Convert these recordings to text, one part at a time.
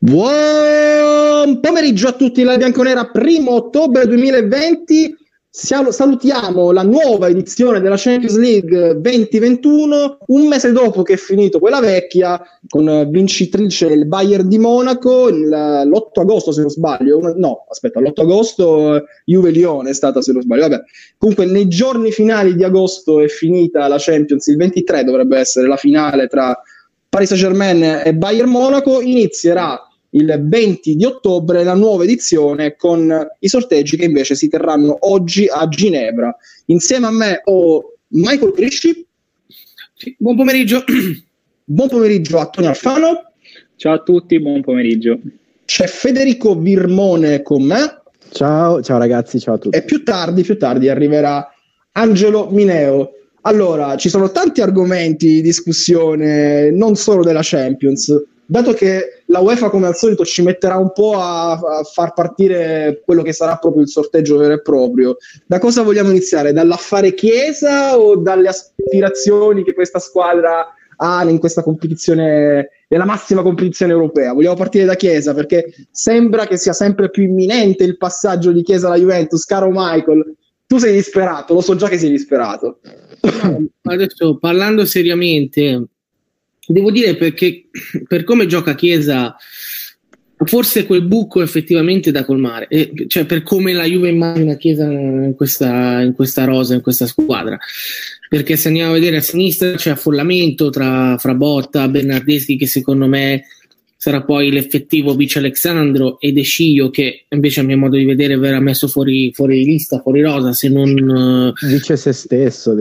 Buon pomeriggio a tutti, la Bianconera, 1° ottobre 2020. Salutiamo la nuova edizione della Champions League 2021, un mese dopo che è finito quella vecchia, con vincitrice il Bayern di Monaco l'8 agosto se non sbaglio, l'8 agosto Juve-Lione è stata, se non sbaglio, vabbè. Comunque nei giorni finali di agosto è finita la Champions, il 23 dovrebbe essere la finale tra Paris Saint-Germain e Bayern Monaco. Inizierà il 20 di ottobre la nuova edizione con i sorteggi che invece si terranno oggi a Ginevra. Insieme a me ho Michael Grisci. Sì, buon pomeriggio. Buon pomeriggio a Tony Alfano. Ciao a tutti, buon pomeriggio. C'è Federico Virmone con me. Ciao ragazzi, ciao a tutti. E più tardi arriverà Angelo Mineo. Allora, ci sono tanti argomenti di discussione, non solo della Champions. Dato che la UEFA come al solito ci metterà un po' a far partire quello che sarà proprio il sorteggio vero e proprio, da cosa vogliamo iniziare? Dall'affare Chiesa o dalle aspirazioni che questa squadra ha in questa competizione, nella massima competizione europea? Vogliamo partire da Chiesa perché sembra che sia sempre più imminente il passaggio di Chiesa alla Juventus. Caro Michael, tu sei disperato, lo so già che sei disperato. Adesso, parlando seriamente, devo dire, perché per come gioca Chiesa forse quel buco effettivamente da colmare, cioè per come la Juve immagina Chiesa in questa rosa, in questa squadra, perché se andiamo a vedere a sinistra c'è affollamento fra Botta, Bernardeschi, che secondo me sarà poi l'effettivo vice Alexandro, e De Sciglio, che invece a mio modo di vedere verrà messo fuori lista, fuori rosa, se non dice se stesso.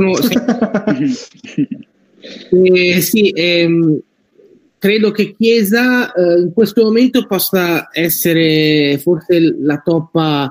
Credo che Chiesa in questo momento possa essere forse la toppa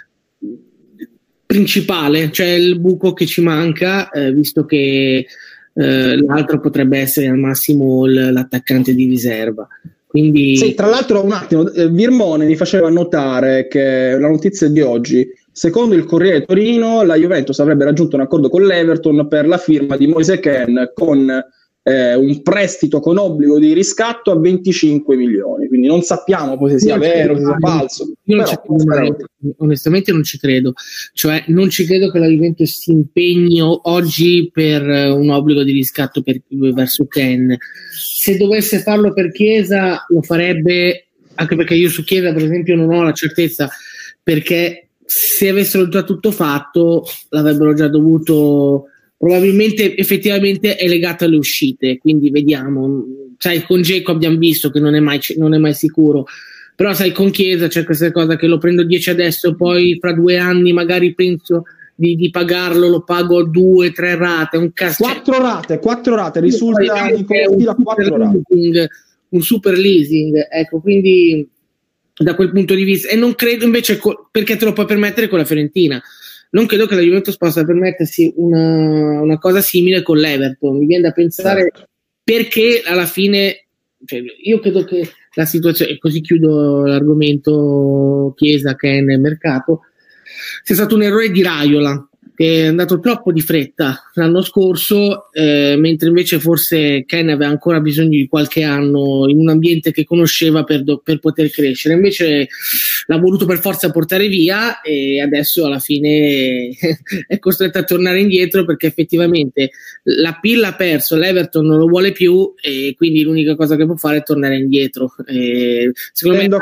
principale, cioè il buco che ci manca, visto che l'altro potrebbe essere al massimo l'attaccante di riserva. Quindi sì, tra l'altro un attimo, Virmone mi faceva notare che la notizia di oggi, secondo il Corriere Torino, la Juventus avrebbe raggiunto un accordo con l'Everton per la firma di Moise Kean con un prestito con obbligo di riscatto a 25 milioni, quindi non sappiamo poi se sia vero, se sia falso. Onestamente non ci credo, cioè non ci credo che la Juventus si impegni oggi per un obbligo di riscatto verso Kean. Se dovesse farlo per Chiesa lo farebbe, anche perché io su Chiesa per esempio non ho la certezza, perché se avessero già tutto fatto l'avrebbero già dovuto. Probabilmente effettivamente è legato alle uscite, quindi vediamo. Sai, con Dzeko abbiamo visto che non è mai sicuro, però sai, con Chiesa c'è questa cosa che lo prendo 10 adesso, poi fra 2 anni magari penso di pagarlo, lo pago 2-3 rate, un caso. 4 rate, risulta di costi 4 rate. Un super leasing, ecco, quindi da quel punto di vista, e non credo invece, perché te lo puoi permettere con la Fiorentina. Non credo che la Juventus possa permettersi una cosa simile con l'Everton. Mi viene da pensare, perché alla fine, cioè, io credo che la situazione, e così chiudo l'argomento Chiesa che è nel mercato, sia stato un errore di Raiola, che è andato troppo di fretta l'anno scorso, mentre invece forse Ken aveva ancora bisogno di qualche anno in un ambiente che conosceva per poter crescere. Invece l'ha voluto per forza portare via e adesso alla fine è costretto a tornare indietro, perché effettivamente la PIL l'ha perso, l'Everton non lo vuole più e quindi l'unica cosa che può fare è tornare indietro. Tendo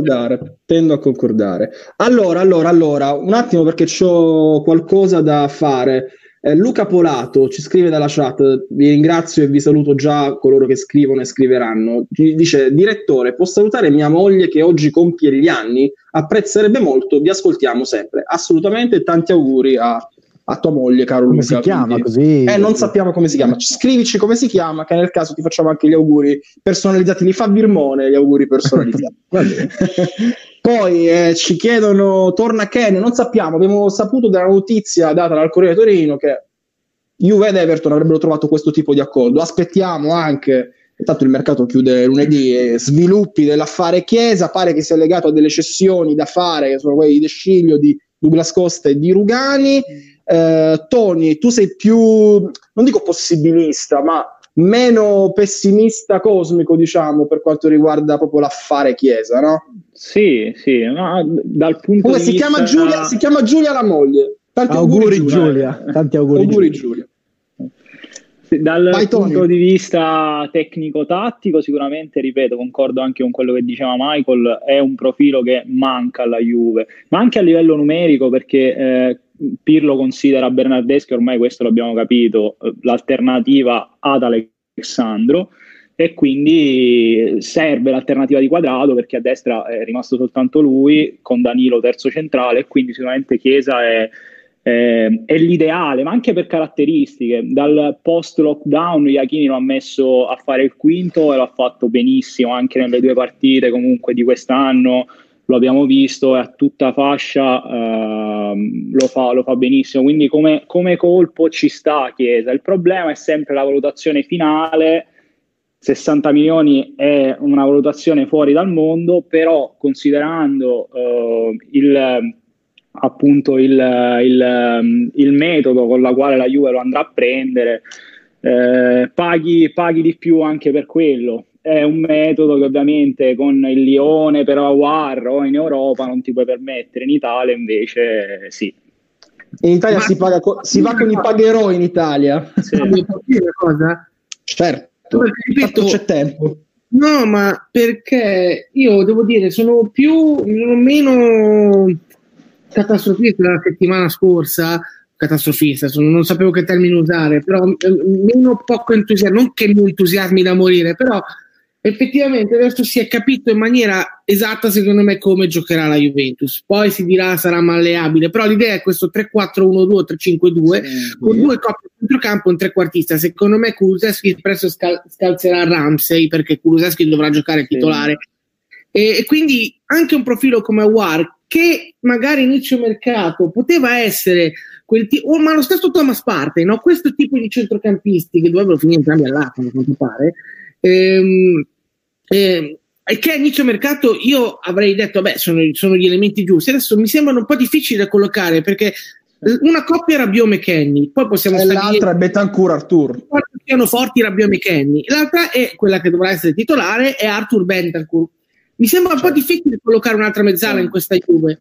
a concordare. Allora, un attimo, perché c'ho qualcosa da fare. Luca Polato ci scrive dalla chat, vi ringrazio e vi saluto già coloro che scrivono e scriveranno. Dice: direttore, può salutare mia moglie che oggi compie gli anni? Apprezzerebbe molto, vi ascoltiamo sempre. Assolutamente, tanti auguri a tua moglie, caro come Luca. Si chiama così? Non sappiamo come si chiama. Scrivici come si chiama, che nel caso ti facciamo anche gli auguri personalizzati. Li fa Virmone gli auguri personalizzati. Poi ci chiedono, torna Ken, non sappiamo, abbiamo saputo della notizia data dal Corriere Torino che Juve ed Everton avrebbero trovato questo tipo di accordo. Aspettiamo anche, intanto il mercato chiude lunedì, sviluppi dell'affare Chiesa. Pare che sia legato a delle cessioni da fare, che sono quelli di De Sciglio, di Douglas Costa e di Rugani. Tony, tu sei più, non dico possibilista, ma meno pessimista cosmico, diciamo, per quanto riguarda proprio l'affare Chiesa, no? Sì, no, dal punto Come di si vista... chiama Giulia la moglie. Tanti Auguri Giulia. Tanti auguri Giulia. Dal Vai, punto Tony. di vista tecnico-tattico, sicuramente, ripeto, concordo anche con quello che diceva Michael, è un profilo che manca alla Juve, ma anche a livello numerico, perché Pirlo considera Bernardeschi, ormai questo l'abbiamo capito, l'alternativa ad Alessandro, e quindi serve l'alternativa di Quadrato, perché a destra è rimasto soltanto lui, con Danilo terzo centrale, e quindi sicuramente Chiesa è l'ideale, ma anche per caratteristiche. Dal post lockdown Iachini lo ha messo a fare il quinto e lo ha fatto benissimo anche nelle 2 partite comunque di quest'anno, lo abbiamo visto, e a tutta fascia lo fa benissimo, quindi come colpo ci sta Chiesa. Il problema è sempre la valutazione finale. 60 milioni è una valutazione fuori dal mondo, però considerando appunto il metodo con la quale la Juve lo andrà a prendere, paghi di più anche per quello. È un metodo che ovviamente con il Lione per Aouar o in Europa non ti puoi permettere, in Italia invece sì. In Italia si va con i pagherò in Italia. Sì. Posso dire una cosa? Certo, Perché, ripeto, c'è tempo. No, ma perché io devo dire, sono meno catastrofista la settimana scorsa, catastrofista, non sapevo che termine usare, però meno poco entusiasmo, non che mi entusiasmi da morire, però effettivamente adesso si è capito in maniera esatta secondo me come giocherà la Juventus. Poi si dirà sarà malleabile, però l'idea è questo 3-4-1-2, 3-5-2 con 2 coppie a centrocampo e un trequartista. Secondo me Kulusevski presto scalzerà Ramsey, perché Kulusevski dovrà giocare titolare, e quindi anche un profilo come Aouar, che magari inizio mercato poteva essere ma lo stesso Thomas Partey, no? Questo tipo di centrocampisti che dovrebbero finire entrambi all'Aquila, a quanto pare, e che a inizio mercato io avrei detto sono gli elementi giusti. Adesso mi sembrano un po' difficili da collocare, perché una coppia era Rabiot-McKennie, poi possiamo e l'altra è Bentancur-Arthur. Siano forti Rabiot-McKennie, l'altra è quella che dovrà essere titolare, è Arthur Bentancur. Mi sembra un po' difficile collocare un'altra mezzala in questa Juve.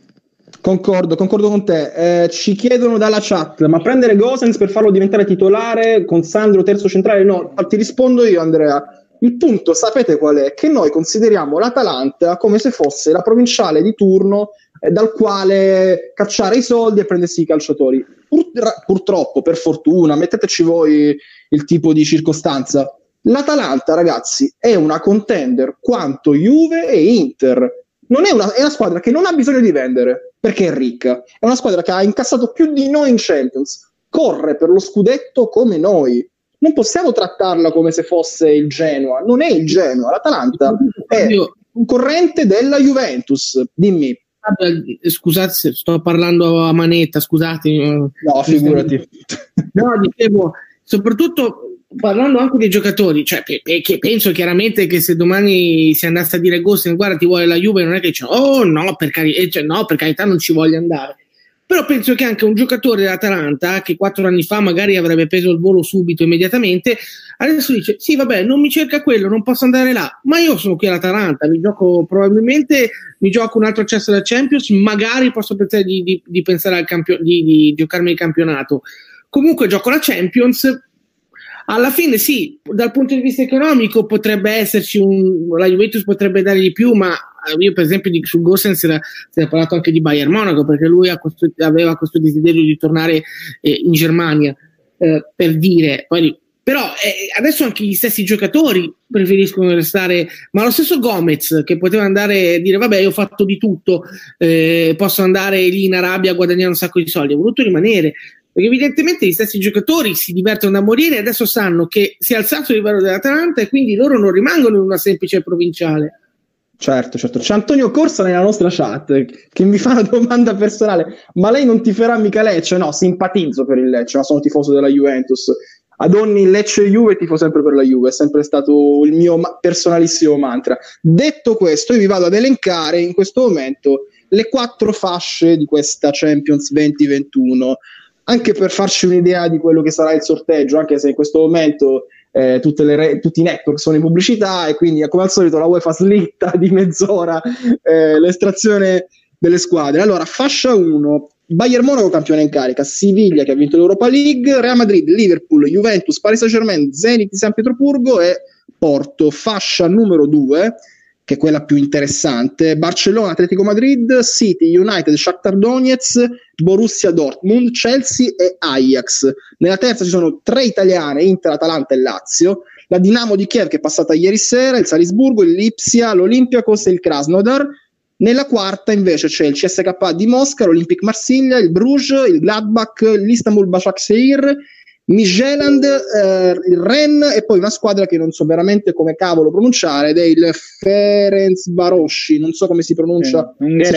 Concordo con te. Ci chiedono dalla chat, ma prendere Gosens per farlo diventare titolare con Sandro terzo centrale? No, ti rispondo io, Andrea. Il punto, sapete qual è? Che noi consideriamo l'Atalanta come se fosse la provinciale di turno dal quale cacciare i soldi e prendersi i calciatori. Purtroppo, per fortuna, metteteci voi il tipo di circostanza, l'Atalanta, ragazzi, è una contender quanto Juve e Inter. È una squadra che non ha bisogno di vendere, perché è ricca. È una squadra che ha incassato più di noi in Champions. Corre per lo scudetto come noi. Non possiamo trattarla come se fosse il Genoa. Non è il Genoa. L'Atalanta è concorrente della Juventus. Dimmi. Scusate se sto parlando a manetta, scusatemi. No, figurati. No, dicevo, soprattutto parlando anche dei giocatori, cioè che penso chiaramente che se domani si andasse a dire Gosens, guarda, ti vuole la Juve, non è che dice per carità non ci voglio andare, però penso che anche un giocatore dell'Atalanta che 4 anni fa magari avrebbe preso il volo subito, immediatamente, adesso dice sì vabbè, non mi cerca quello, non posso andare là, ma io sono qui all'Atalanta, probabilmente mi gioco un altro accesso alla Champions, magari posso pensare di pensare di giocarmi il campionato, comunque gioco la Champions. Alla fine sì, dal punto di vista economico potrebbe esserci la Juventus potrebbe dare di più, ma io per esempio su Gosens si è parlato anche di Bayern Monaco, perché lui aveva questo desiderio di tornare in Germania, per dire, però adesso anche gli stessi giocatori preferiscono restare, ma lo stesso Gomez che poteva andare e dire vabbè io ho fatto di tutto, posso andare lì in Arabia a guadagnare un sacco di soldi, ha voluto rimanere, perché evidentemente gli stessi giocatori si divertono da morire e adesso sanno che si è alzato il livello dell'Atalanta e quindi loro non rimangono in una semplice provinciale. Certo, c'è Antonio Corsa nella nostra chat che mi fa una domanda personale, ma lei non tiferà mica Lecce? No, simpatizzo per il Lecce, ma sono tifoso della Juventus. Ad ogni Lecce-Juve tifo sempre per la Juve, è sempre stato il mio personalissimo mantra. Detto questo, io vi vado ad elencare in questo momento le 4 fasce di questa Champions 2021, anche per farci un'idea di quello che sarà il sorteggio, anche se in questo momento tutti i network sono in pubblicità, e quindi come al solito la UEFA slitta di mezz'ora l'estrazione delle squadre. Allora, fascia 1, Bayern Monaco campione in carica, Siviglia che ha vinto l'Europa League, Real Madrid, Liverpool, Juventus, Paris Saint-Germain, Zenit di San Pietroburgo e Porto. Fascia numero 2, che è quella più interessante, Barcellona, Atletico Madrid, City, United, Shakhtar Donetsk, Borussia Dortmund, Chelsea e Ajax. Nella terza ci sono 3 italiane, Inter, Atalanta e Lazio, la Dinamo di Kiev che è passata ieri sera, il Salisburgo, il Lipsia, l'Olympiakos e il Krasnodar. Nella quarta invece c'è il CSKA di Mosca, l'Olympique Marsiglia, il Bruges, il Gladbach, l'Istanbul Başakşehir, Midtjylland, il Rennes e poi una squadra che non so veramente come cavolo pronunciare, ed è il Ferencvárosi, non so come si pronuncia.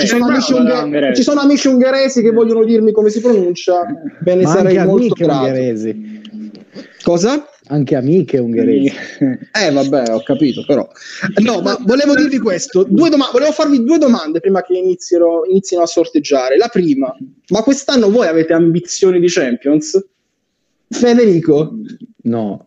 Ci sono amici ungheresi che vogliono dirmi come si pronuncia, ve ne sarei molto grato. Ungheresi. Cosa? Anche amiche ungheresi. Vabbè, ho capito, però. No, ma volevo dirvi questo. Volevo farvi 2 domande prima che inizino a sorteggiare. La prima, ma quest'anno voi avete ambizioni di Champions? Federico? No.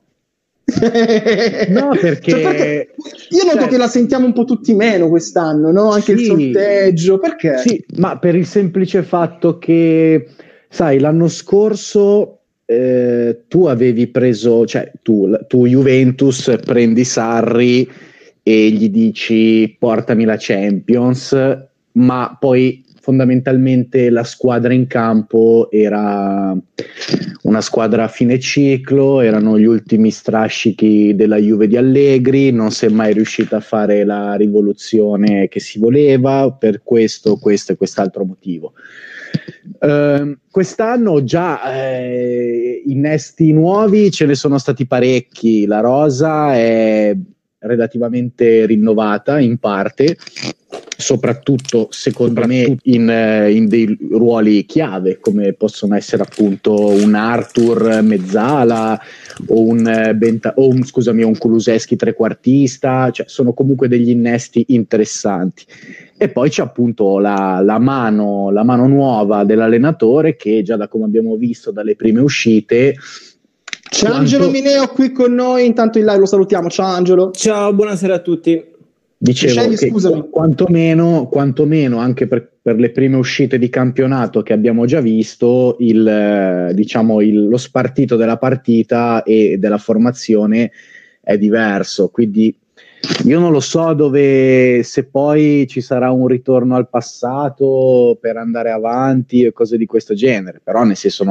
No, perché io noto che la sentiamo un po' tutti meno quest'anno, no? Anche il sorteggio, perché? Sì, ma per il semplice fatto che, sai, l'anno scorso tu avevi preso, cioè tu Juventus prendi Sarri e gli dici portami la Champions, ma poi fondamentalmente la squadra in campo era una squadra a fine ciclo, erano gli ultimi strascichi della Juve di Allegri, non si è mai riuscita a fare la rivoluzione che si voleva per questo e quest'altro motivo. Quest'anno già innesti nuovi ce ne sono stati parecchi, la rosa è relativamente rinnovata in parte, soprattutto secondo me in dei ruoli chiave come possono essere appunto un Arthur mezzala o un Kulusevski trequartista, cioè sono comunque degli innesti interessanti. E poi c'è appunto la mano nuova dell'allenatore che già da come abbiamo visto dalle prime uscite. C'è Angelo Mineo qui con noi, intanto in live lo salutiamo. Ciao Angelo. Ciao, buonasera a tutti. Dicevo che quantomeno anche per le prime uscite di campionato che abbiamo già visto, lo spartito della partita e della formazione è diverso, quindi io non lo so se poi ci sarà un ritorno al passato per andare avanti e cose di questo genere, però nel senso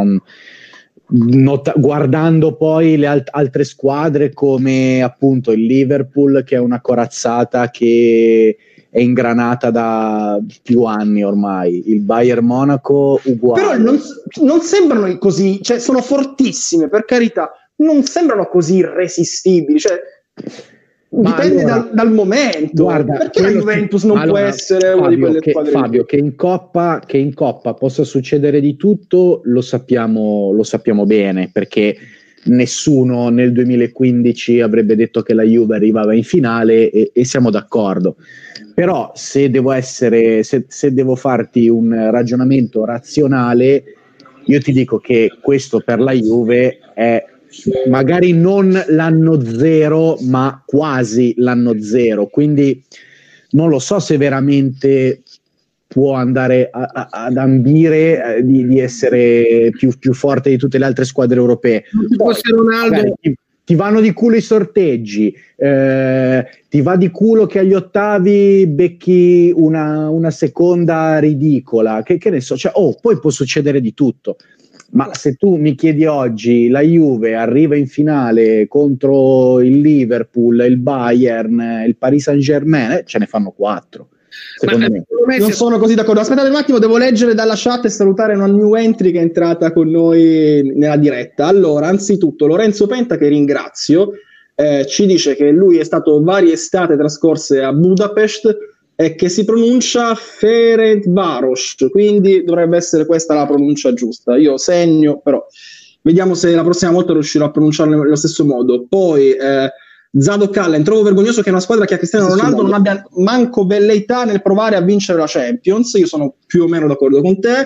guardando poi le altre squadre come appunto il Liverpool, che è una corazzata che è ingranata da più anni ormai, il Bayern Monaco uguale. Però non sembrano così, cioè sono fortissime per carità, non sembrano così irresistibili, cioè dipende dal momento. Guarda, perché la Juventus non può essere una di quelle squadre? Fabio, che in Coppa possa succedere di tutto lo sappiamo bene, perché nessuno nel 2015 avrebbe detto che la Juve arrivava in finale e siamo d'accordo. Però se devo farti un ragionamento razionale, io ti dico che questo per la Juve è magari non l'anno zero, ma quasi l'anno zero, quindi non lo so se veramente può andare ad ambire di essere più forte di tutte le altre squadre europee. Ronaldo, ti vanno di culo i sorteggi, ti va di culo che agli ottavi becchi una seconda ridicola, che ne so, cioè, poi può succedere di tutto. Ma se tu mi chiedi oggi, la Juve arriva in finale contro il Liverpool, il Bayern, il Paris Saint-Germain, ce ne fanno 4. Secondo me. Non sono così d'accordo. Aspettate un attimo, devo leggere dalla chat e salutare una new entry che è entrata con noi nella diretta. Allora, anzitutto Lorenzo Penta, che ringrazio, ci dice che lui è stato varie estate trascorse a Budapest e che si pronuncia Ferencváros, quindi dovrebbe essere questa la pronuncia giusta. Io segno, però vediamo se la prossima volta riuscirò a pronunciarlo nello stesso modo. Poi Zado Callen, trovo vergognoso che una squadra che ha Cristiano Ronaldo non abbia manco velleità nel provare a vincere la Champions. Io sono più o meno d'accordo con te.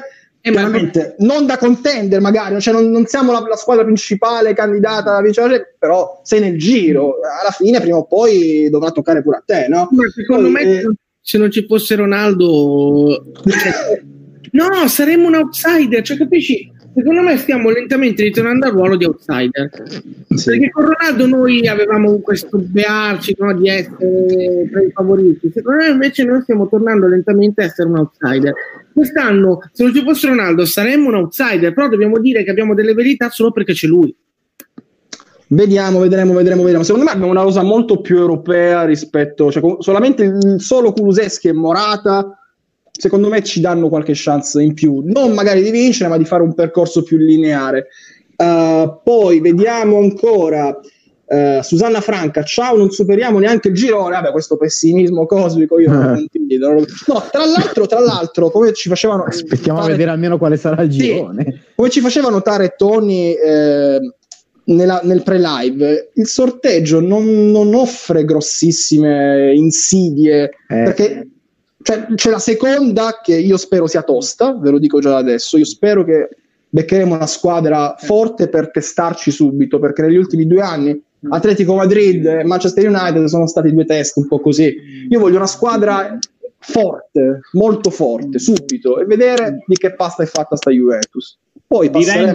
chiaramente non da contender magari, cioè non siamo la squadra principale candidata a vincere, però sei nel giro, alla fine prima o poi dovrà toccare pure a te, no? Ma secondo me se non ci fosse Ronaldo no, saremmo un outsider, cioè capisci? Secondo me stiamo lentamente ritornando al ruolo di outsider, perché con Ronaldo noi avevamo questo bearci, no, di essere tra i favoriti. Secondo me invece noi stiamo tornando lentamente a essere un outsider. Quest'anno, se non ci fosse Ronaldo, saremmo un outsider, però dobbiamo dire che abbiamo delle verità solo perché c'è lui. Vedremo. Secondo me abbiamo una cosa molto più europea rispetto, cioè solamente il solo Kulusevski e Morata secondo me ci danno qualche chance in più, non magari di vincere, ma di fare un percorso più lineare. Poi vediamo ancora Susanna Franca, ciao, non superiamo neanche il girone. Vabbè, questo pessimismo cosmico io non condivido. No, tra l'altro come ci facevano aspettiamo a vedere almeno quale sarà il girone, come ci faceva notare Tony nel pre-live, il sorteggio non offre grossissime insidie, perché cioè, c'è la seconda che io spero sia tosta, ve lo dico già adesso, io spero che beccheremo una squadra forte per testarci subito, perché negli ultimi 2 anni Atletico Madrid e Manchester United sono stati 2 test un po' così. Io voglio una squadra forte, molto forte, subito, e vedere di che pasta è fatta sta Juventus. Poi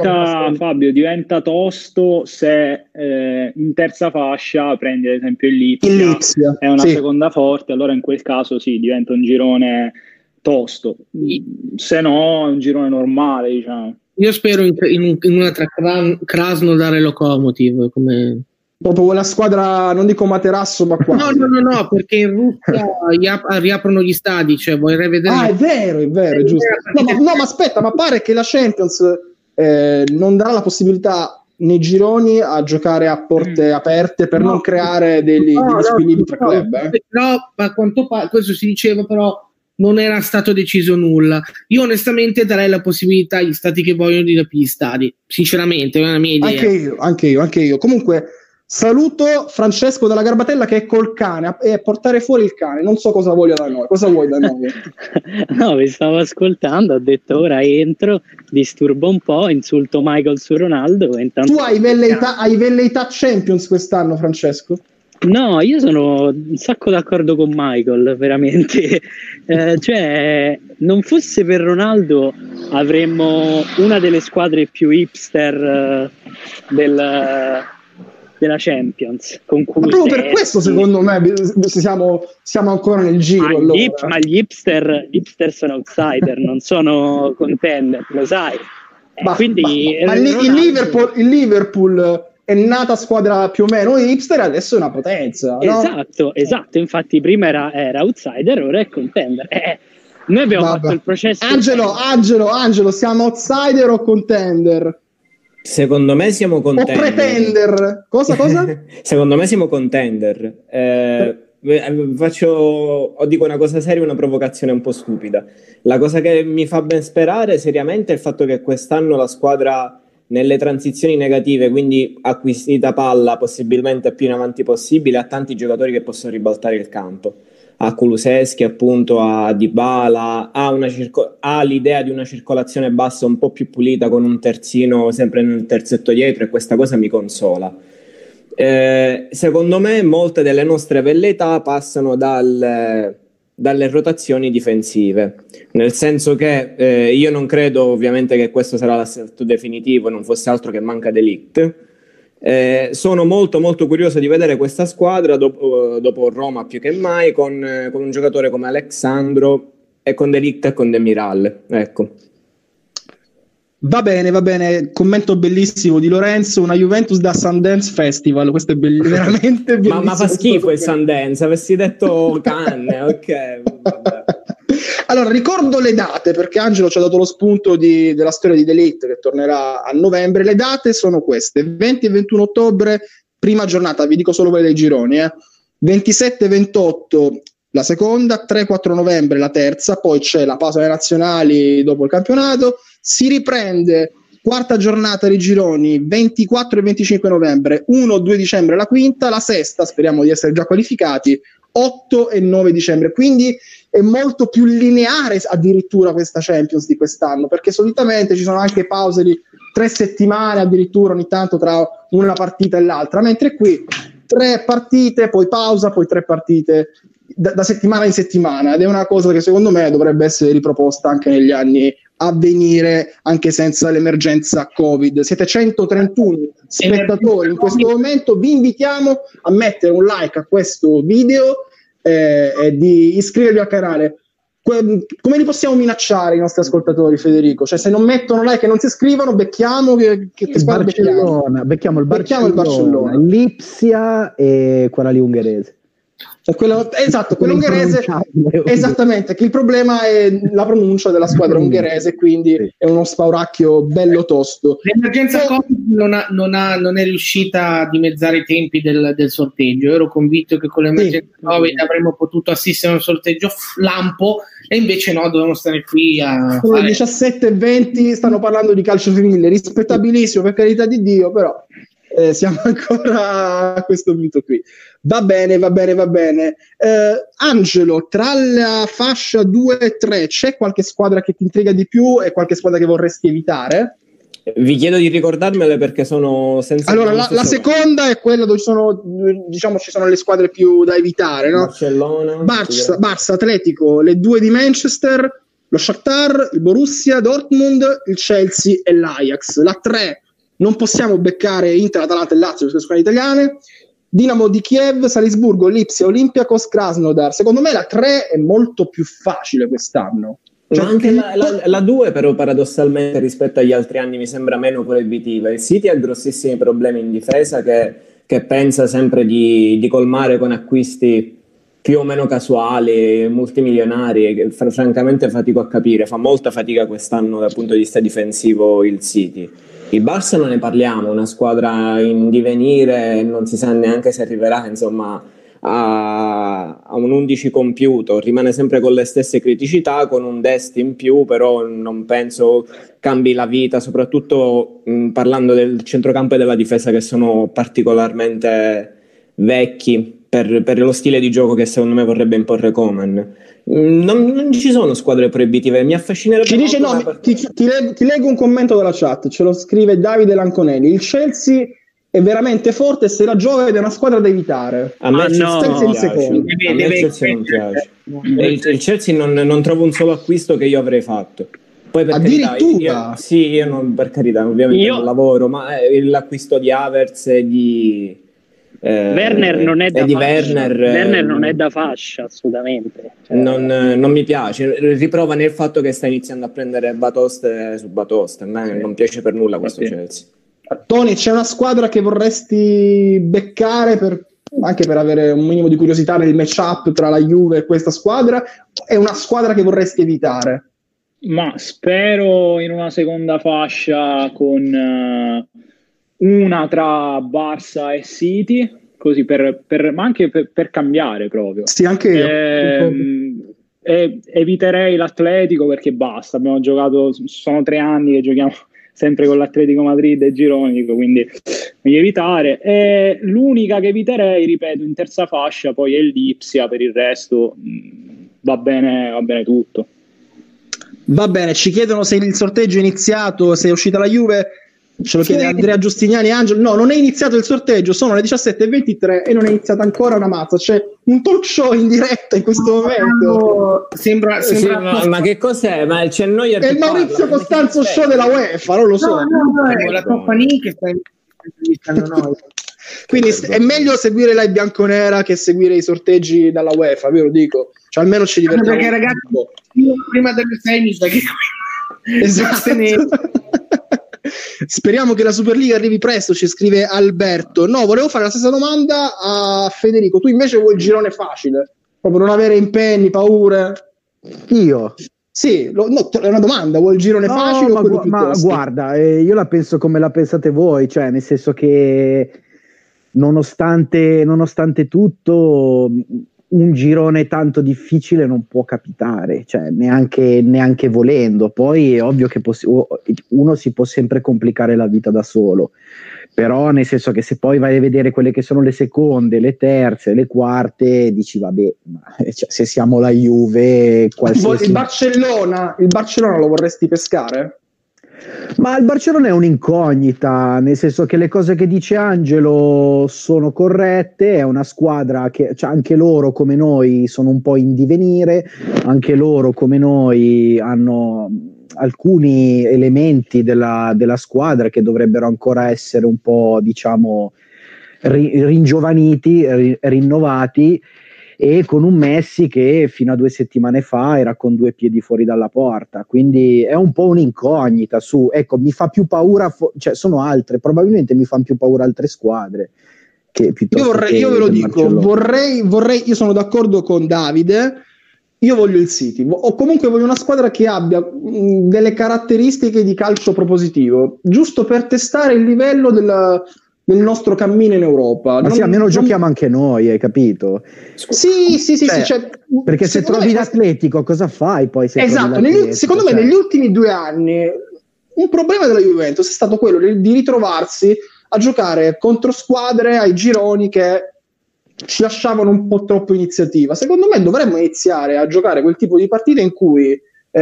diventa tosto se in terza fascia prendi ad esempio il Lipsia, è una seconda forte, allora in quel caso diventa un girone tosto, se no è un girone normale, diciamo. Io spero in una tra Krasnodar e Lokomotiv, come proprio quella squadra, non dico materasso, ma qua. No, perché in Russia riaprono gli stadi, cioè vorrei vedere. È vero, è giusto. No, ma aspetta, ma pare che la Champions non darà la possibilità nei gironi a giocare a porte aperte per non creare degli squilibri tra club. No, ma a quanto pare, questo si diceva, però non era stato deciso nulla. Io onestamente darei la possibilità agli stati che vogliono di aprire gli stadi, sinceramente, è una mia idea. Anche io. Comunque saluto Francesco dalla Garbatella che è col cane e portare fuori il cane, non so cosa voglia da noi. Cosa vuoi da noi? No, vi stavo ascoltando, ho detto ora entro, disturbo un po', insulto Michael su Ronaldo e intanto... Tu hai velleità Champions quest'anno, Francesco? No, io sono un sacco d'accordo con Michael, veramente. Cioè, non fosse per Ronaldo avremmo una delle squadre più hipster della Champions. Con ma proprio per questo, secondo me, siamo ancora nel giro. Ma gli hipster sono outsider, non sono contender, lo sai. Il Liverpool è nata squadra più o meno hipster, adesso è una potenza, no? Esatto, infatti prima era outsider, ora è contender. Noi abbiamo fatto il processo. Angelo, siamo outsider o contender? Secondo me siamo contender. O pretender? Cosa? Secondo me siamo contender. Dico una cosa seria, una provocazione un po' stupida. La cosa che mi fa ben sperare seriamente è il fatto che quest'anno la squadra nelle transizioni negative, quindi acquisita palla possibilmente più in avanti possibile, ha tanti giocatori che possono ribaltare il campo. A Kulusevski, appunto, a Dybala, ha l'idea di una circolazione bassa un po' più pulita con un terzino sempre nel terzetto dietro, e questa cosa mi consola. Secondo me molte delle nostre velleità passano dalle rotazioni difensive, nel senso che io non credo ovviamente che questo sarà l'assetto definitivo, non fosse altro che manca De Ligt. Sono molto molto curioso di vedere questa squadra dopo Roma più che mai con un giocatore come Alexandro e con De Ligt e con Demiral, ecco. Va bene, commento bellissimo di Lorenzo, una Juventus da Sundance Festival, questo è veramente bellissimo. ma fa schifo il Sundance, avessi detto Cannes, ok. Allora, ricordo le date, perché Angelo ci ha dato lo spunto della storia di De Ligt che tornerà a novembre. Le date sono queste: 20 e 21 ottobre, prima giornata, vi dico solo quelle dei gironi, 27 e 28 la seconda, 3-4 novembre la terza, poi c'è la pausa dei nazionali dopo il campionato, si riprende quarta giornata dei gironi 24 e 25 novembre, 1-2 dicembre la quinta, la sesta speriamo di essere già qualificati 8 e 9 dicembre, quindi è molto più lineare addirittura questa Champions di quest'anno, perché solitamente ci sono anche pause di 3 settimane addirittura ogni tanto tra una partita e l'altra, mentre qui 3 partite, poi pausa, poi 3 partite da settimana in settimana, ed è una cosa che secondo me dovrebbe essere riproposta anche negli anni a venire, anche senza l'emergenza Covid. Siete 131 spettatori in questo momento, vi invitiamo a mettere un like a questo video e di iscrivervi al canale. Come li possiamo minacciare i nostri ascoltatori, Federico? Cioè, se non mettono like e non si iscrivono, becchiamo che squadra becchiamo il Barcellona, l'Ipsia e quella lì ungherese. Cioè esatto, quello ungherese, esattamente, che il problema è la pronuncia della squadra ungherese, quindi è uno spauracchio bello tosto. L'emergenza Covid non è riuscita a dimezzare i tempi del sorteggio. Io ero convinto che con l'emergenza Covid avremmo potuto assistere a un sorteggio lampo, e invece no, dovevamo stare qui a fare 17:20, stanno parlando di calcio femminile, rispettabilissimo, per carità di Dio, però siamo ancora a questo punto qui. Va bene. Angelo, tra la fascia 2 e 3 c'è qualche squadra che ti intriga di più e qualche squadra che vorresti evitare? Vi chiedo di ricordarmele perché sono senza. Allora, la seconda è quella dove ci sono le squadre più da evitare, no? Barcellona, Barça, Atletico, le 2 di Manchester, lo Shakhtar, il Borussia Dortmund, il Chelsea e l'Ajax. La 3 non possiamo beccare Inter, Atalanta e Lazio, le squadre italiane. Dinamo di Kiev, Salisburgo, Lipsia, Olympiacos, Krasnodar. Secondo me la 3 è molto più facile quest'anno. Cioè, ma anche la 2 però paradossalmente rispetto agli altri anni mi sembra meno proibitiva. Il City ha grossissimi problemi in difesa che pensa sempre di colmare con acquisti più o meno casuali, multimilionari, che francamente fatico a capire. Fa molta fatica quest'anno dal punto di vista difensivo il City. Il Barça non ne parliamo, una squadra in divenire, non si sa neanche se arriverà insomma a un 11 compiuto, rimane sempre con le stesse criticità, con un Dest in più, però non penso cambi la vita, soprattutto parlando del centrocampo e della difesa, che sono particolarmente vecchi per lo stile di gioco che secondo me vorrebbe imporre Koeman. Non ci sono squadre proibitive, mi affascinerebbe. Ci dice ti leggo un commento della chat, ce lo scrive Davide Lanconelli: il Chelsea è veramente forte, se la gioca ed è una squadra da evitare. A me il Chelsea non piace. Il Chelsea non trovo un solo acquisto che io avrei fatto. Poi per addirittura io non, per carità, ovviamente non lavoro, ma l'acquisto di Havertz e di Werner non è da di fascia. Werner non è da fascia assolutamente, cioè, non mi piace. Riprova nel fatto che sta iniziando a prendere batoste su batoste. A me non piace per nulla questo Chelsea. Tony, c'è una squadra che vorresti beccare anche per avere un minimo di curiosità nel match-up tra la Juve e questa squadra? È una squadra che vorresti evitare? Ma spero in una seconda fascia con una tra Barça e City, così ma anche per cambiare proprio. Sì, anche io. Eviterei l'Atletico perché basta, abbiamo giocato, sono 3 anni che giochiamo sempre con l'Atletico Madrid e Gironico, quindi meglio evitare. E l'unica che eviterei, ripeto, in terza fascia poi è l'Ipsia, per il resto va bene tutto. Va bene, ci chiedono se il sorteggio è iniziato, se è uscita la Juve. Ce lo chiede Andrea Giustiniani e Angelo. No, non è iniziato il sorteggio, sono le 17:23 e non è iniziata ancora una mazza. C'è un talk show in diretta in questo momento. Sembra ma che cos'è? Ma c'è noi è il Maurizio Costanzo show della UEFA, non lo so. No, la compagnia che sta intervistando noi. Quindi è meglio seguire la bianconera che seguire i sorteggi dalla UEFA, ve lo dico. Cioè almeno ci divertiamo. Perché ragazzi, prima delle 6 mi sa che esatto. Speriamo che la Superliga arrivi presto, ci scrive Alberto. No, volevo fare la stessa domanda a Federico. Tu invece vuoi il girone facile, proprio non avere impegni, paure? Io? Sì, è una domanda. Vuoi il girone facile o quello più tosto? Guarda, io la penso come la pensate voi, cioè nel senso che nonostante tutto un girone tanto difficile non può capitare, cioè neanche volendo. Poi è ovvio che uno si può sempre complicare la vita da solo, però nel senso che se poi vai a vedere quelle che sono le seconde, le terze, le quarte, dici vabbè, cioè, se siamo la Juve, qualsiasi... Il Barcellona lo vorresti pescare? Ma il Barcellona è un'incognita, nel senso che le cose che dice Angelo sono corrette, è una squadra che, cioè, anche loro come noi sono un po' in divenire, anche loro come noi hanno alcuni elementi della squadra che dovrebbero ancora essere un po', diciamo, ringiovaniti, rinnovati, e con un Messi che fino a 2 settimane fa era con 2 piedi fuori dalla porta, quindi è un po' un'incognita ecco, mi fa più paura, cioè sono altre, probabilmente mi fanno più paura altre squadre che piuttosto io ve lo dico, vorrei, io sono d'accordo con Davide, io voglio il City, o comunque voglio una squadra che abbia delle caratteristiche di calcio propositivo, giusto per testare il livello del nostro cammino in Europa. Ma sì, almeno giochiamo anche noi, hai capito? Sì, cioè, perché se trovi l'Atletico cosa fai poi? Esatto, secondo me negli ultimi 2 anni un problema della Juventus è stato quello di ritrovarsi a giocare contro squadre ai gironi che ci lasciavano un po' troppo iniziativa. Secondo me dovremmo iniziare a giocare quel tipo di partite in cui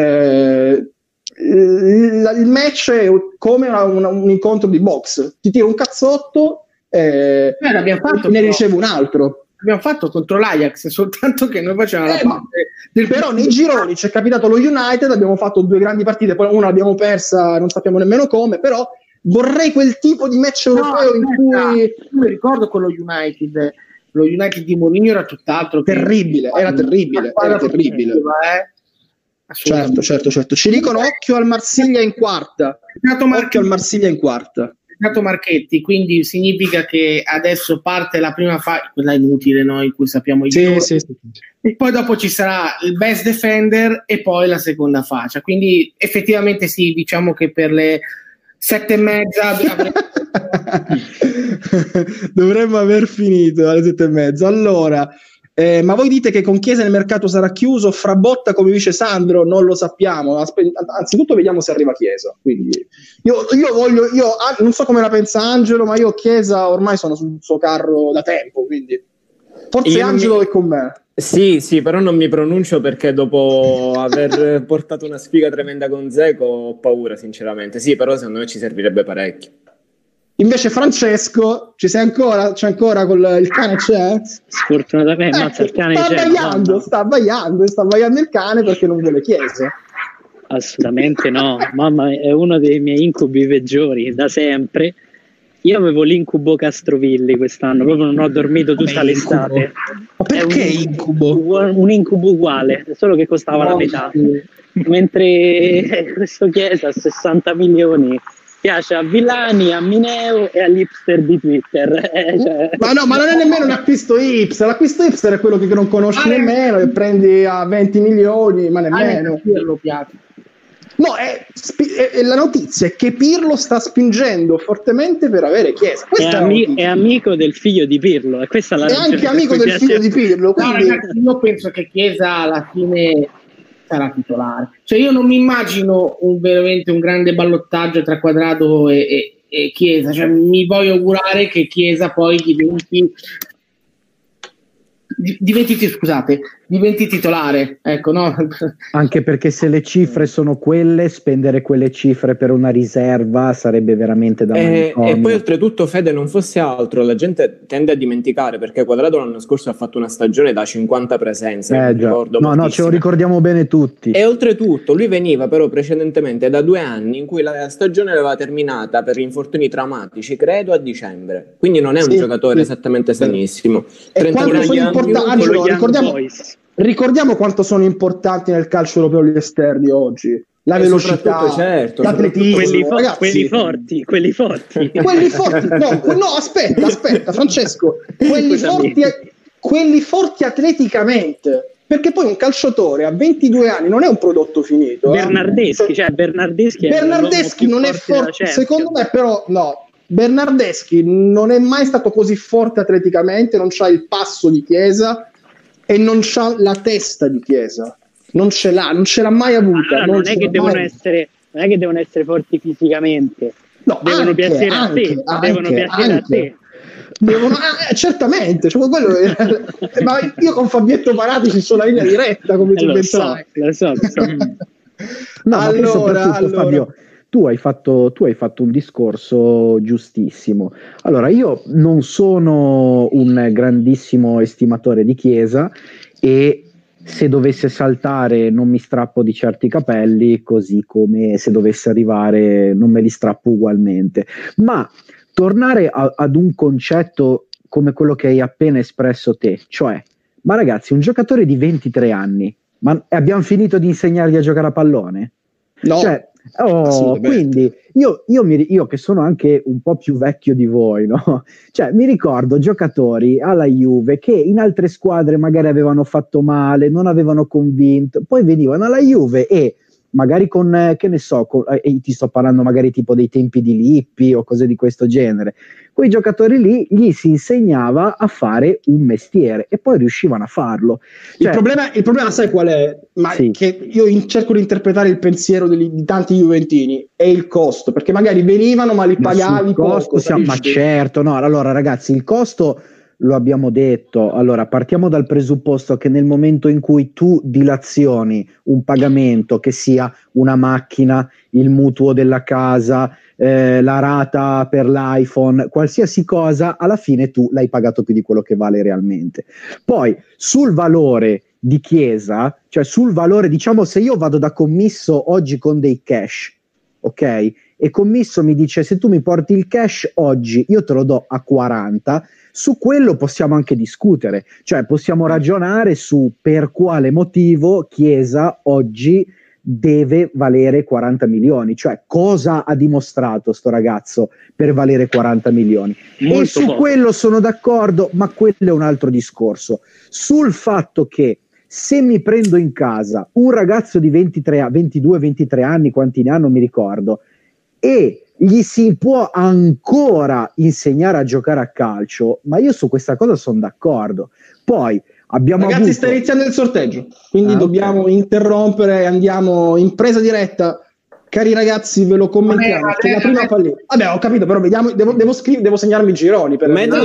il match è come un incontro di box, ti tiro un cazzotto e ne ricevo un altro. Abbiamo fatto contro l'Ajax, soltanto che noi facevamo la parte però nei gironi ci è capitato lo United, abbiamo fatto 2 grandi partite, poi una l'abbiamo persa, non sappiamo nemmeno come, però vorrei quel tipo di match europeo in cui... Io mi ricordo con lo United di Mourinho era tutt'altro terribile, era terribile. Certo. Ci dicono occhio al Marsiglia in quarta. Marchetti, quindi significa che adesso parte la prima fase, quella inutile, no? In cui sappiamo i giochi. Sì. E poi dopo ci sarà il best defender e poi la seconda fascia. Quindi effettivamente sì, diciamo che per le 7:30 dovremmo aver finito alle 7:30. Allora, ma voi dite che con Chiesa il mercato sarà chiuso? Frabotta, come dice Sandro, non lo sappiamo. Anzitutto vediamo se arriva Chiesa. Quindi io non so come la pensa Angelo, ma io Chiesa ormai sono sul suo carro da tempo, quindi forse Angelo è con me. Sì, però non mi pronuncio perché dopo aver portato una sfiga tremenda con Dzeko ho paura, sinceramente. Sì, però secondo me ci servirebbe parecchio. Invece Francesco, ci sei ancora? C'è ancora il cane? C'è? Sfortunatamente il cane sta abbaiando il cane perché non vuole Chiesa. Assolutamente no, mamma, è uno dei miei incubi peggiori da sempre. Io avevo l'incubo Castrovilli quest'anno, proprio non ho dormito tutta l'estate. Ma perché incubo? Un incubo uguale, solo che costava la metà. Mentre questo Chiesa a 60 milioni piace a Villani, a Mineo e all'hipster di Twitter. Ma non è nemmeno un acquisto hipster. L'acquisto hipster è quello che non conosci nemmeno e prendi a 20 milioni, ma nemmeno. No, la notizia è che Pirlo sta spingendo fortemente per avere Chiesa. È amico del figlio di Pirlo. E questa è anche amico del figlio di Pirlo. Quindi... No, ragazzi, io penso che Chiesa alla fine sarà titolare. Cioè io non mi immagino veramente un grande ballottaggio tra Quadrado e Chiesa. Cioè, mi voglio augurare che Chiesa poi diventi titolare, ecco, no? Anche perché se le cifre sono quelle, spendere quelle cifre per una riserva sarebbe veramente da manicomio. E poi oltretutto, Fede, non fosse altro, la gente tende a dimenticare perché Quadrado l'anno scorso ha fatto una stagione da 50 presenze, no, ce lo ricordiamo bene tutti. E oltretutto lui veniva però precedentemente da 2 anni in cui la stagione aveva terminata per infortuni traumatici, credo a dicembre, quindi non è un giocatore esattamente sanissimo. 31 anni. Angelo, ricordiamo quanto sono importanti nel calcio europeo gli esterni oggi. La velocità, l'atletismo, quelli forti. No, aspetta, Francesco, quelli forti atleticamente. Perché poi un calciatore a 22 anni non è un prodotto finito. Bernardeschi non è forte, secondo me, però no. Bernardeschi non è mai stato così forte atleticamente, non c'ha il passo di Chiesa, e non c'ha la testa di Chiesa, non ce l'ha mai avuta. Allora, non è che devono essere forti fisicamente, no, devono piacere a te, devono piacere a te. Certamente, cioè, ma io con Fabietto Paratici sono la linea diretta, come tu pensai. Lo so. No, allora, Fabio, tu hai fatto un discorso giustissimo. Allora, io non sono un grandissimo estimatore di Chiesa e se dovesse saltare non mi strappo di certi capelli, così come se dovesse arrivare non me li strappo ugualmente. Ma tornare ad un concetto come quello che hai appena espresso te, cioè, ma ragazzi, un giocatore di 23 anni, ma abbiamo finito di insegnargli a giocare a pallone? No. Cioè, quindi io che sono anche un po' più vecchio di voi, no? Cioè, mi ricordo giocatori alla Juve che in altre squadre magari avevano fatto male, non avevano convinto, poi venivano alla Juve e magari con, che ne so, ti sto parlando magari tipo dei tempi di Lippi o cose di questo genere, quei giocatori lì gli si insegnava a fare un mestiere e poi riuscivano a farlo. Cioè, il problema sai qual è? Ma sì, che io cerco di interpretare il pensiero di tanti juventini, è il costo, perché magari venivano ma li pagavi poco. Ma certo, no, allora ragazzi, il costo lo abbiamo detto. Allora, partiamo dal presupposto che nel momento in cui tu dilazioni un pagamento, che sia una macchina, il mutuo della casa, la rata per l'iPhone, qualsiasi cosa, alla fine tu l'hai pagato più di quello che vale realmente. Poi, sul valore di Chiesa, cioè sul valore, diciamo, se io vado da commisso oggi con dei cash, ok? E commisso mi dice: se tu mi porti il cash oggi, io te lo do a 40, su quello possiamo anche discutere, cioè possiamo ragionare su per quale motivo Chiesa oggi deve valere 40 milioni, cioè cosa ha dimostrato sto ragazzo per valere 40 milioni. Molto e su poco. Quello sono d'accordo, ma quello è un altro discorso. Sul fatto che se mi prendo in casa un ragazzo di 22-23 anni, quanti ne ha non mi ricordo, e gli si può ancora insegnare a giocare a calcio, ma io su questa cosa sono d'accordo. Poi abbiamo Ragazzi, sta iniziando il sorteggio, quindi dobbiamo interrompere e andiamo in presa diretta. Cari ragazzi, ve lo commentiamo. La prima pallina. Vabbè, ho capito, però vediamo, devo segnarmi i gironi. Per questo.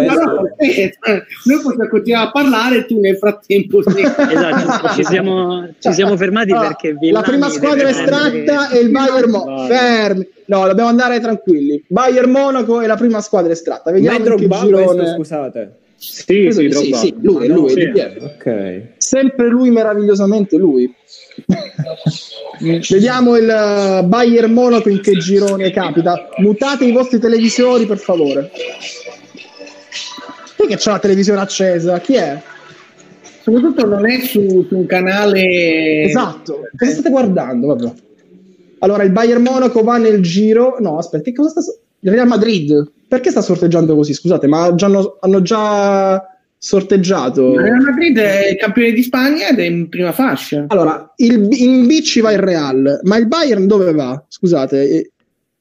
Noi possiamo continuare a parlare e tu nel frattempo. Esatto, ci siamo fermati perché la prima squadra estratta è il Bayern Monaco. Fermi. No, dobbiamo andare tranquilli. Bayern Monaco è la prima squadra estratta. Vediamo in che girone. Scusate. Sì, lui. Ok. Sempre lui, meravigliosamente lui. Vediamo il Bayern Monaco in che girone capita. Mutate i vostri televisori, per favore. Chi è che c'ha la televisione accesa? Chi è? Soprattutto non è su un canale. Esatto. Cosa state guardando? Vabbè. Allora, il Bayern Monaco va nel giro. No, aspetta, che cosa sta. Il Real Madrid. Perché sta sorteggiando così? Scusate, ma hanno già sorteggiato. Il Real Madrid è il campione di Spagna ed è in prima fascia. Allora, in B ci va il Real, ma il Bayern dove va? Scusate.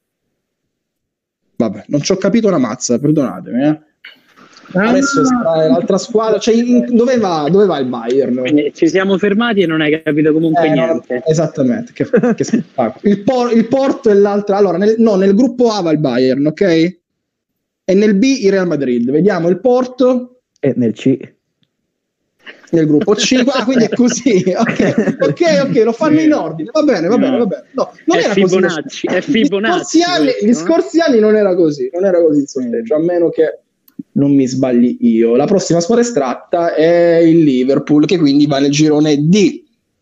Vabbè, non ci ho capito una mazza, perdonatemi. Adesso è l'altra squadra, cioè dove va il Bayern? Quindi ci siamo fermati e non hai capito comunque niente. Esattamente, che spettacolo. Il Porto e l'altra. Allora, nel gruppo A va il Bayern, ok? E nel B il Real Madrid. Vediamo il Porto. E nel C. Nel gruppo C. Quindi è così. Ok, lo fanno in ordine. Va bene. No, non era Fibonacci, così. È Fibonacci. Gli scorsi anni non era così. Non era così il sorteggio, a meno che non mi sbagli io. La prossima squadra estratta è il Liverpool, che quindi va nel girone D.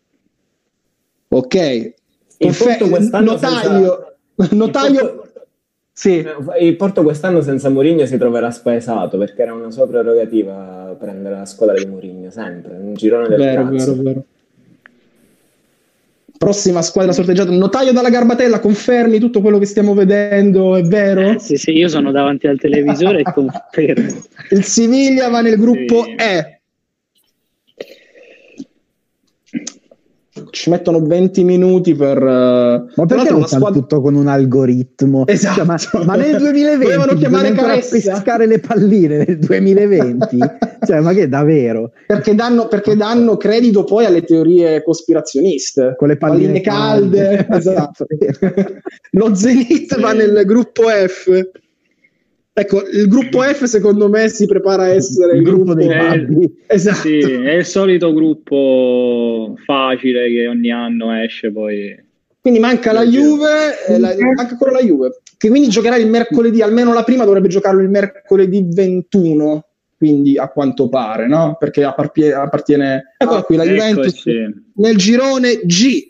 Ok. Notaio. Sì. Il Porto quest'anno senza Mourinho si troverà spaesato, perché era una sua prerogativa prendere la squadra di Mourinho, sempre un girone del vero. Prossima squadra sorteggiata, Notaio dalla Garbatella, confermi tutto quello che stiamo vedendo, è vero? Sì, io sono davanti al televisore e confermo. Il Siviglia va nel gruppo E. ci mettono 20 minuti per... Ma perché non fanno tutto con un algoritmo? Esatto. Cioè, ma nel 2020 volevano chiamare ancora pescare le palline nel 2020? Cioè, ma che davvero? Perché danno credito poi alle teorie cospirazioniste, con le palline calde. Esatto. Lo Zenit va nel gruppo F. Ecco, il gruppo F secondo me si prepara a essere il gruppo dei babbi. Esatto. Sì, è il solito gruppo facile che ogni anno esce poi. Quindi manca la Juve, manca ancora la Juve, che quindi giocherà il mercoledì, almeno la prima dovrebbe giocarlo il mercoledì 21, quindi a quanto pare, no? Perché appartiene... Eccola qui, la Juventus nel girone G.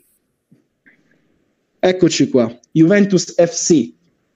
Eccoci qua, Juventus FC.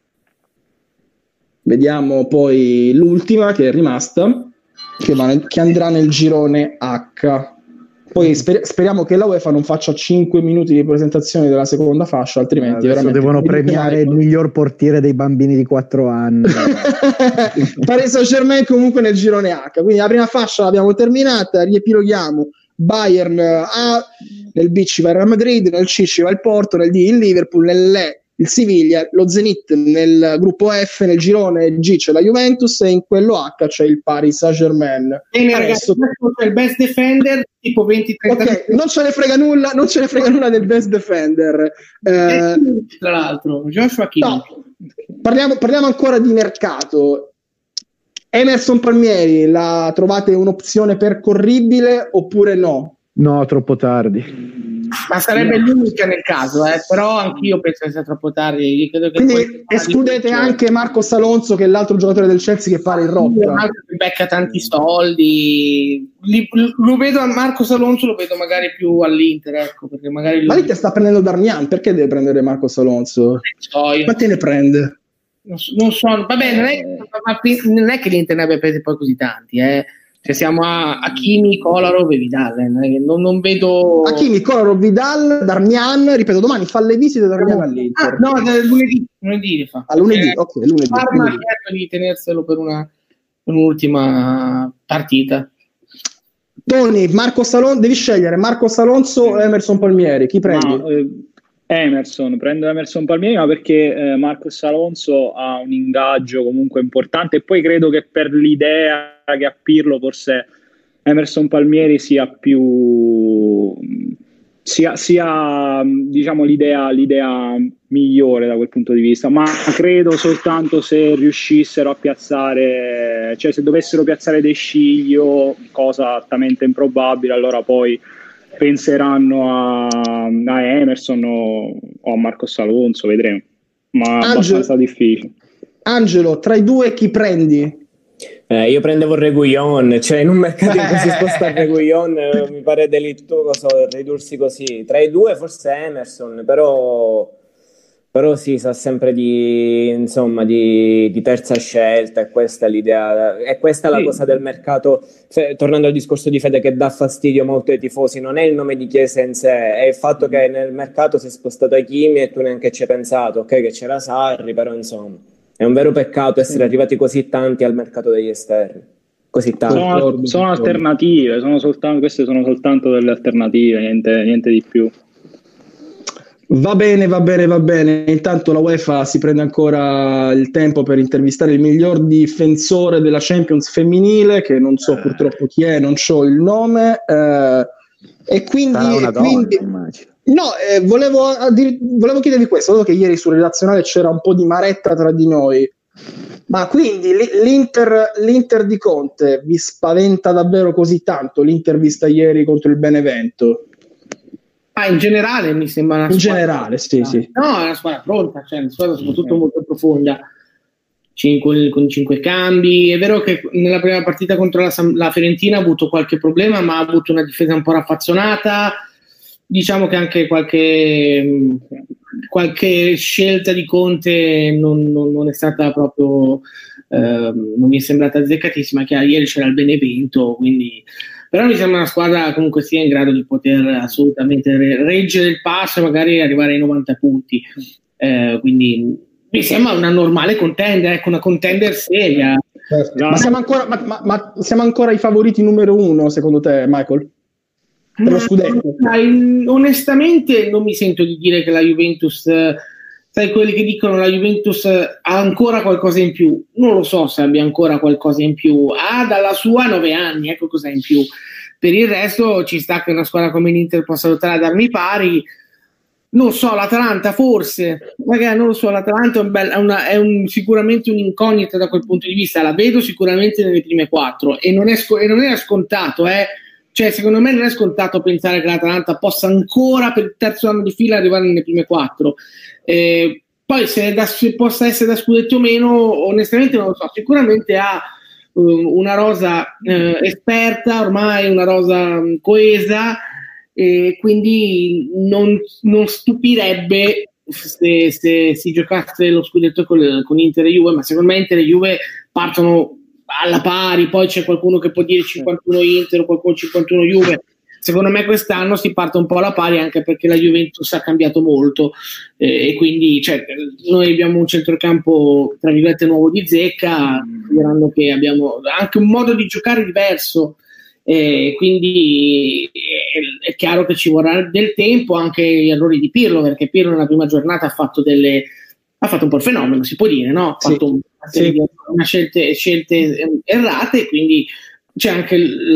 Vediamo poi l'ultima che è rimasta, che andrà nel girone H. Poi speriamo che la UEFA non faccia 5 minuti di presentazione della seconda fascia, altrimenti veramente devono premiare il miglior portiere dei bambini di 4 anni. Paris Saint-Germain comunque nel girone H. Quindi la prima fascia l'abbiamo terminata, riepiloghiamo. Bayern A, nel B ci va il Real Madrid, nel C ci va il Porto, nel D il Liverpool, nell'E il Siviglia, lo Zenit, nel gruppo F, nel girone G c'è la Juventus e in quello H c'è il Paris Saint-Germain. Bene, ragazzi, c'è il best defender tipo 20-30. Ok, non ce ne frega nulla del best defender. Tra l'altro, Joshua Kimmich. No, parliamo ancora di mercato. Emerson Palmieri, la trovate un'opzione percorribile oppure no? No, troppo tardi. Ma sarebbe l'unica nel caso, però anch'io penso che sia troppo tardi. Credo che quindi escludete anche Marcos Alonso, che è l'altro giocatore del Chelsea che fa il Rocca. Becca tanti soldi. Lo vedo a Marcos Alonso, lo vedo magari più all'Inter, ecco, perché magari ma l'Inter sta prendendo Darmian, perché deve prendere Marcos Alonso? Ma te ne prende? Non so, vabbè, non è che l'Inter ne abbia presi poi così tanti, Cioè siamo a Hakimi, Kolarov e Vidal, non vedo... Hakimi, Kolarov, Vidal, Darmian, ripeto, domani fa le visite Darmian all'Inter. Lunedì fa. Lunedì, ok, lunedì. Parma ha chiesto di tenerselo per un'ultima partita. Tony, Marcos Alonso, devi scegliere Marcos Alonso o Emerson Palmieri, chi prendi? Prendo Emerson Palmieri, ma perché Marcos Alonso ha un ingaggio comunque importante e poi credo che per l'idea che ha Pirlo forse Emerson Palmieri sia più diciamo l'idea migliore da quel punto di vista, ma credo soltanto se riuscissero a piazzare, cioè se dovessero piazzare De Sciglio, cosa altamente improbabile, allora poi penseranno a Emerson o a Marcos Alonso, vedremo, ma abbastanza difficile. Angelo, tra i due chi prendi? Io prendevo Reguilon, cioè in un mercato in cui si sposta Reguilon mi pare delittuoso ridursi così. Tra i due forse Emerson, però sì, sa sempre di terza scelta, e questa è l'idea, e questa è la cosa del mercato, tornando al discorso di Fede che dà fastidio molto ai tifosi, non è il nome di Chiesa in sé, è il fatto che nel mercato si è spostato Hakimi e tu neanche ci hai pensato, ok, che c'era Sarri, però insomma è un vero peccato essere arrivati così tanti al mercato degli esterni, così tanti. Sono alternative, queste sono soltanto delle alternative, niente di più. Va bene. Intanto la UEFA si prende ancora il tempo per intervistare il miglior difensore della Champions femminile, che non so purtroppo chi è, non so il nome. E quindi immagino. No, volevo chiedervi questo, dato che ieri su Relazionale c'era un po' di maretta tra di noi, ma quindi l'Inter di Conte vi spaventa davvero così tanto, l'intervista ieri contro il Benevento? In generale mi sembra una squadra. In generale, sì. No, è una squadra pronta, cioè una squadra soprattutto molto profonda, con 5 cambi. È vero che nella prima partita contro la Fiorentina ha avuto qualche problema, ma ha avuto una difesa un po' raffazzonata. Diciamo che anche qualche scelta di Conte non è stata proprio, non mi è sembrata azzeccatissima, che ieri c'era il Benevento, quindi... Però mi sembra una squadra comunque sia in grado di poter assolutamente reggere il passo e magari arrivare ai 90 punti, quindi mi sembra una normale contender, una contender seria. Ma siamo ancora i favoriti numero 1 secondo te, Michael? per lo scudetto. Onestamente non mi sento di dire che la Juventus, sai, quelli che dicono la Juventus ha ancora qualcosa in più, non lo so se abbia ancora qualcosa in più, dalla sua 9 anni, ecco cosa in più. Per il resto ci sta che una squadra come l'Inter possa lottare ad armi pari. Non so, l'Atalanta forse, magari non lo so, l'Atalanta è sicuramente un'incognita da quel punto di vista, la vedo sicuramente nelle prime 4 e non è scontato, cioè secondo me non è scontato pensare che l'Atalanta possa ancora per il terzo anno di fila arrivare nelle prime 4. Poi se possa essere da scudetto o meno, onestamente non lo so, sicuramente ha una rosa esperta, ormai una rosa coesa, e quindi non stupirebbe se si giocasse lo scudetto con Inter e Juve, ma secondo me Inter e Juve partono alla pari, poi c'è qualcuno che può dire 51 Inter o qualcuno 51 Juve. Secondo me quest'anno si parte un po' alla pari, anche perché la Juventus ha cambiato molto, e quindi noi abbiamo un centrocampo tra virgolette nuovo di zecca, considerando che abbiamo anche un modo di giocare diverso, quindi è chiaro che ci vorrà del tempo, anche gli errori di Pirlo, perché Pirlo nella prima giornata ha fatto un po' il fenomeno, si può dire, no? Ha fatto una scelte errate, quindi c'è anche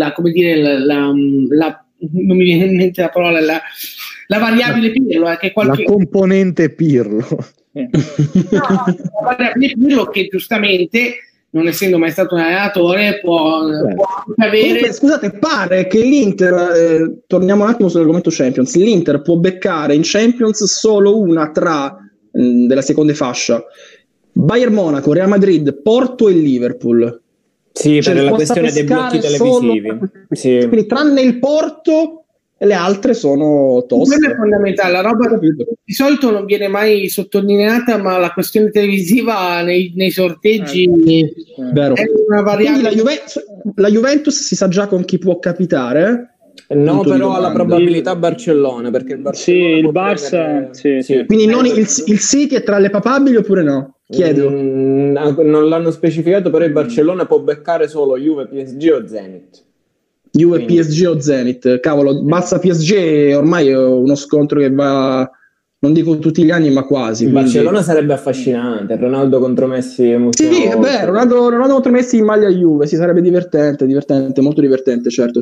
non mi viene in mente la parola, la variabile Pirlo, la componente Pirlo. La variabile Pirlo che giustamente, non essendo mai stato un allenatore, può avere. Comunque, scusate, pare che l'Inter, torniamo un attimo sull'argomento Champions, l'Inter può beccare in Champions solo una della seconda fascia: Bayern Monaco, Real Madrid, Porto e Liverpool. Sì, per la questione dei blocchi televisivi. Sì. Quindi tranne il Porto, le altre sono toste. Quello è fondamentale, la roba di solito non viene mai sottolineata, ma la questione televisiva nei sorteggi vero. È una variabile. La Juventus si sa già con chi può capitare? No, però ha la probabilità Barcellona, perché il Barcellona il Barça sì. Quindi il City è tra le papabili oppure no? Chiedo. Non l'hanno specificato, però il Barcellona può beccare solo Juve, PSG o Zenit. Juve, PSG o Zenit. Cavolo, Barça PSG ormai è uno scontro che va, non dico tutti gli anni, ma quasi. Barcellona sarebbe affascinante. Ronaldo contro Messi. Sì, è vero. Ronaldo contro Messi in maglia Juve. Sì, sarebbe divertente, molto divertente. Certo.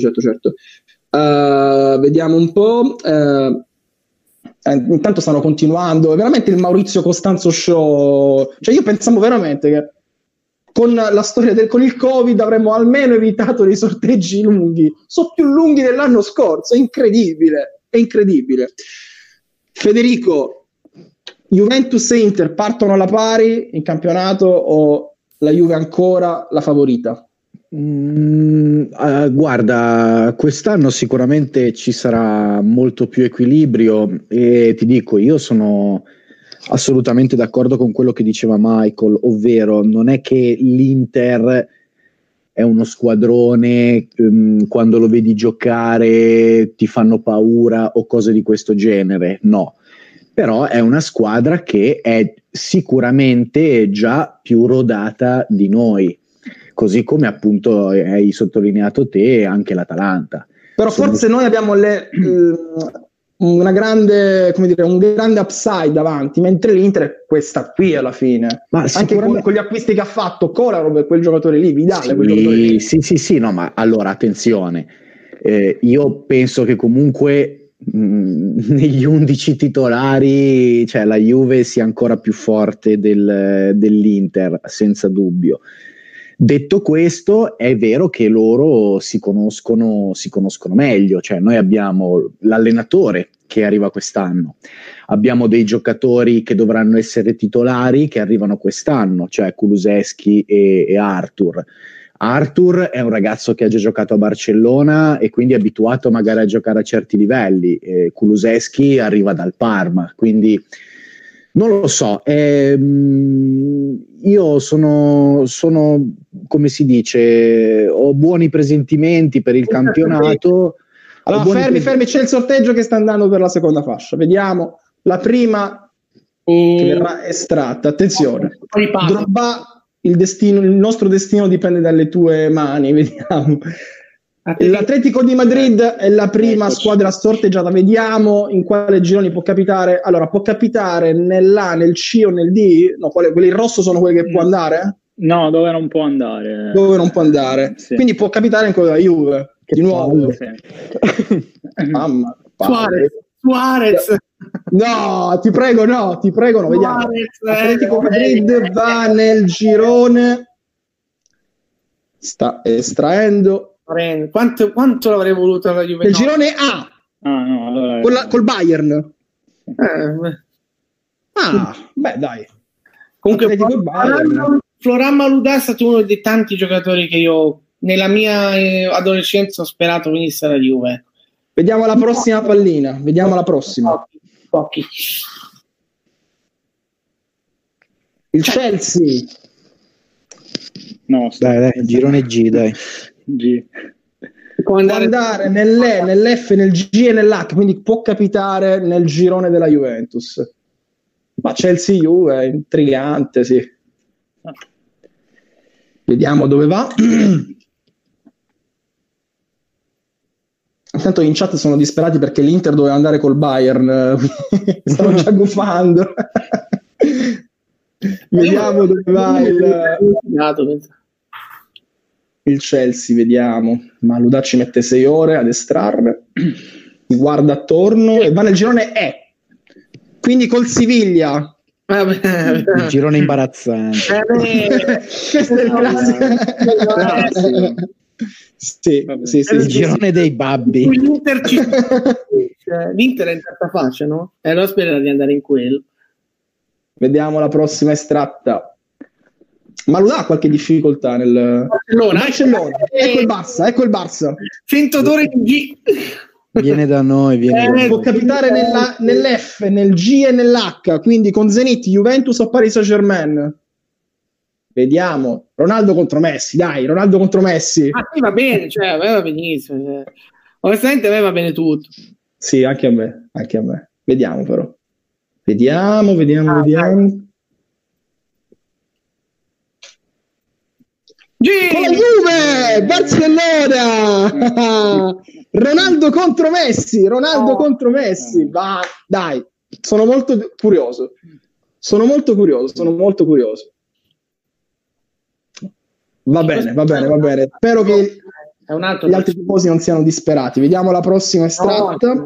Vediamo un po'. Intanto stanno continuando. È veramente il Maurizio Costanzo show. Cioè, io pensavo veramente che con la storia con il Covid avremmo almeno evitato dei sorteggi lunghi. Sono più lunghi dell'anno scorso. È incredibile. Federico, Juventus e Inter partono alla pari in campionato o la Juve ancora la favorita? Guarda, quest'anno sicuramente ci sarà molto più equilibrio e ti dico, io sono assolutamente d'accordo con quello che diceva Michael, ovvero non è che l'Inter è uno squadrone, quando lo vedi giocare ti fanno paura o cose di questo genere, no, però è una squadra che è sicuramente già più rodata di noi, così come appunto hai sottolineato te anche l'Atalanta. Però forse noi abbiamo un grande upside davanti, mentre l'Inter è questa qui alla fine. Ma anche con gli acquisti che ha fatto Kolarov per quel giocatore lì, Vidal. Sì, no, ma allora attenzione, io penso che comunque negli 11 titolari, cioè la Juve sia ancora più forte dell'Inter, senza dubbio. Detto questo, è vero che loro si conoscono meglio, cioè noi abbiamo l'allenatore che arriva quest'anno, abbiamo dei giocatori che dovranno essere titolari che arrivano quest'anno, cioè Kulusevski e Arthur. Arthur è un ragazzo che ha già giocato a Barcellona e quindi è abituato magari a giocare a certi livelli, Kulusevski arriva dal Parma, quindi non lo so, io sono come si dice, ho buoni presentimenti per il campionato. Allora fermi, c'è il sorteggio che sta andando per la seconda fascia, vediamo la prima che verrà estratta, attenzione, Drogba, il nostro destino dipende dalle tue mani, vediamo. L'Atletico di Madrid è la prima squadra sorteggiata. Vediamo in quale gironi può capitare. Allora, può capitare nell'A, nel C o nel D? No, quelli in rosso sono quelli che può andare? No, dove non può andare. Dove non può andare. Sì. Quindi può capitare in quello della Juve. Di nuovo. Sì. Mamma. Suarez. No, ti prego, no. Vediamo. Atletico Madrid va nel girone. Sta estraendo. Quanto l'avrei voluto la Juve? Nel girone A. No, allora... Col Bayern. Beh, dai. Comunque Florent Malouda è stato uno dei tanti giocatori che io nella mia adolescenza ho sperato venisse alla Juve. Vediamo la prossima pallina. Pochi. Il Chelsea. No, dai, girone G, dai. G. Può andare nell'E, nell'F, nel G e nell'H, quindi può capitare nel girone della Juventus. Ma Chelsea-Juve è intrigante, sì. Vediamo dove va. Intanto in chat sono disperati perché l'Inter doveva andare col Bayern. Stanno già gufando. Vediamo dove va il Chelsea, vediamo. Malouda ci mette 6 ore ad estrarre. Si guarda attorno e va nel girone E. Quindi col Siviglia. Il girone imbarazzante. Questo è il classico. Sì. Il girone dei babbi. L'Inter è in terza fascia, no? E allora spero di andare in quello. Vediamo la prossima estratta. Malouda ha qualche difficoltà nel Barcellona. Ecco il Barça. 100 ore di G. Viene da noi. Può capitare nell'F, nel G e nell'H, quindi con Zenit, Juventus o Paris Saint-Germain. Vediamo. Ronaldo contro Messi, dai, Ronaldo contro Messi. Ah, sì, va bene, cioè, a me va benissimo. Onestamente a me va bene tutto. Sì, anche a me. Vediamo però. Vediamo. Con la Juve, Barcellona. Ronaldo contro Messi. Va, dai, sono molto curioso. Va bene. Spero che gli altri tifosi non siano disperati. Vediamo la prossima estratta.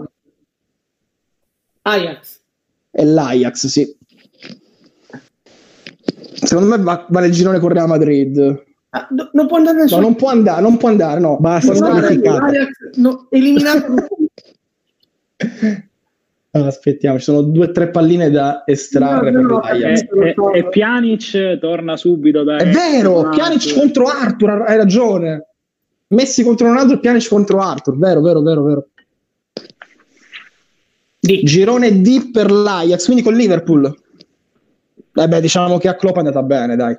Ajax. È l'Ajax, sì. Secondo me va nel girone con Real Madrid. Non può andare nessuno. No, non può andare, no. Basta, Ajax, no, eliminato. Aspettiamo, ci sono 2 o 3 palline da estrarre per l'Ajax. E Pjanic torna subito. È vero, Pjanic contro Arthur, hai ragione. Messi contro Ronaldo e Pjanic contro Arthur, vero. Girone D per l'Ajax, quindi con Liverpool. Diciamo che a Klopp è andata bene, dai.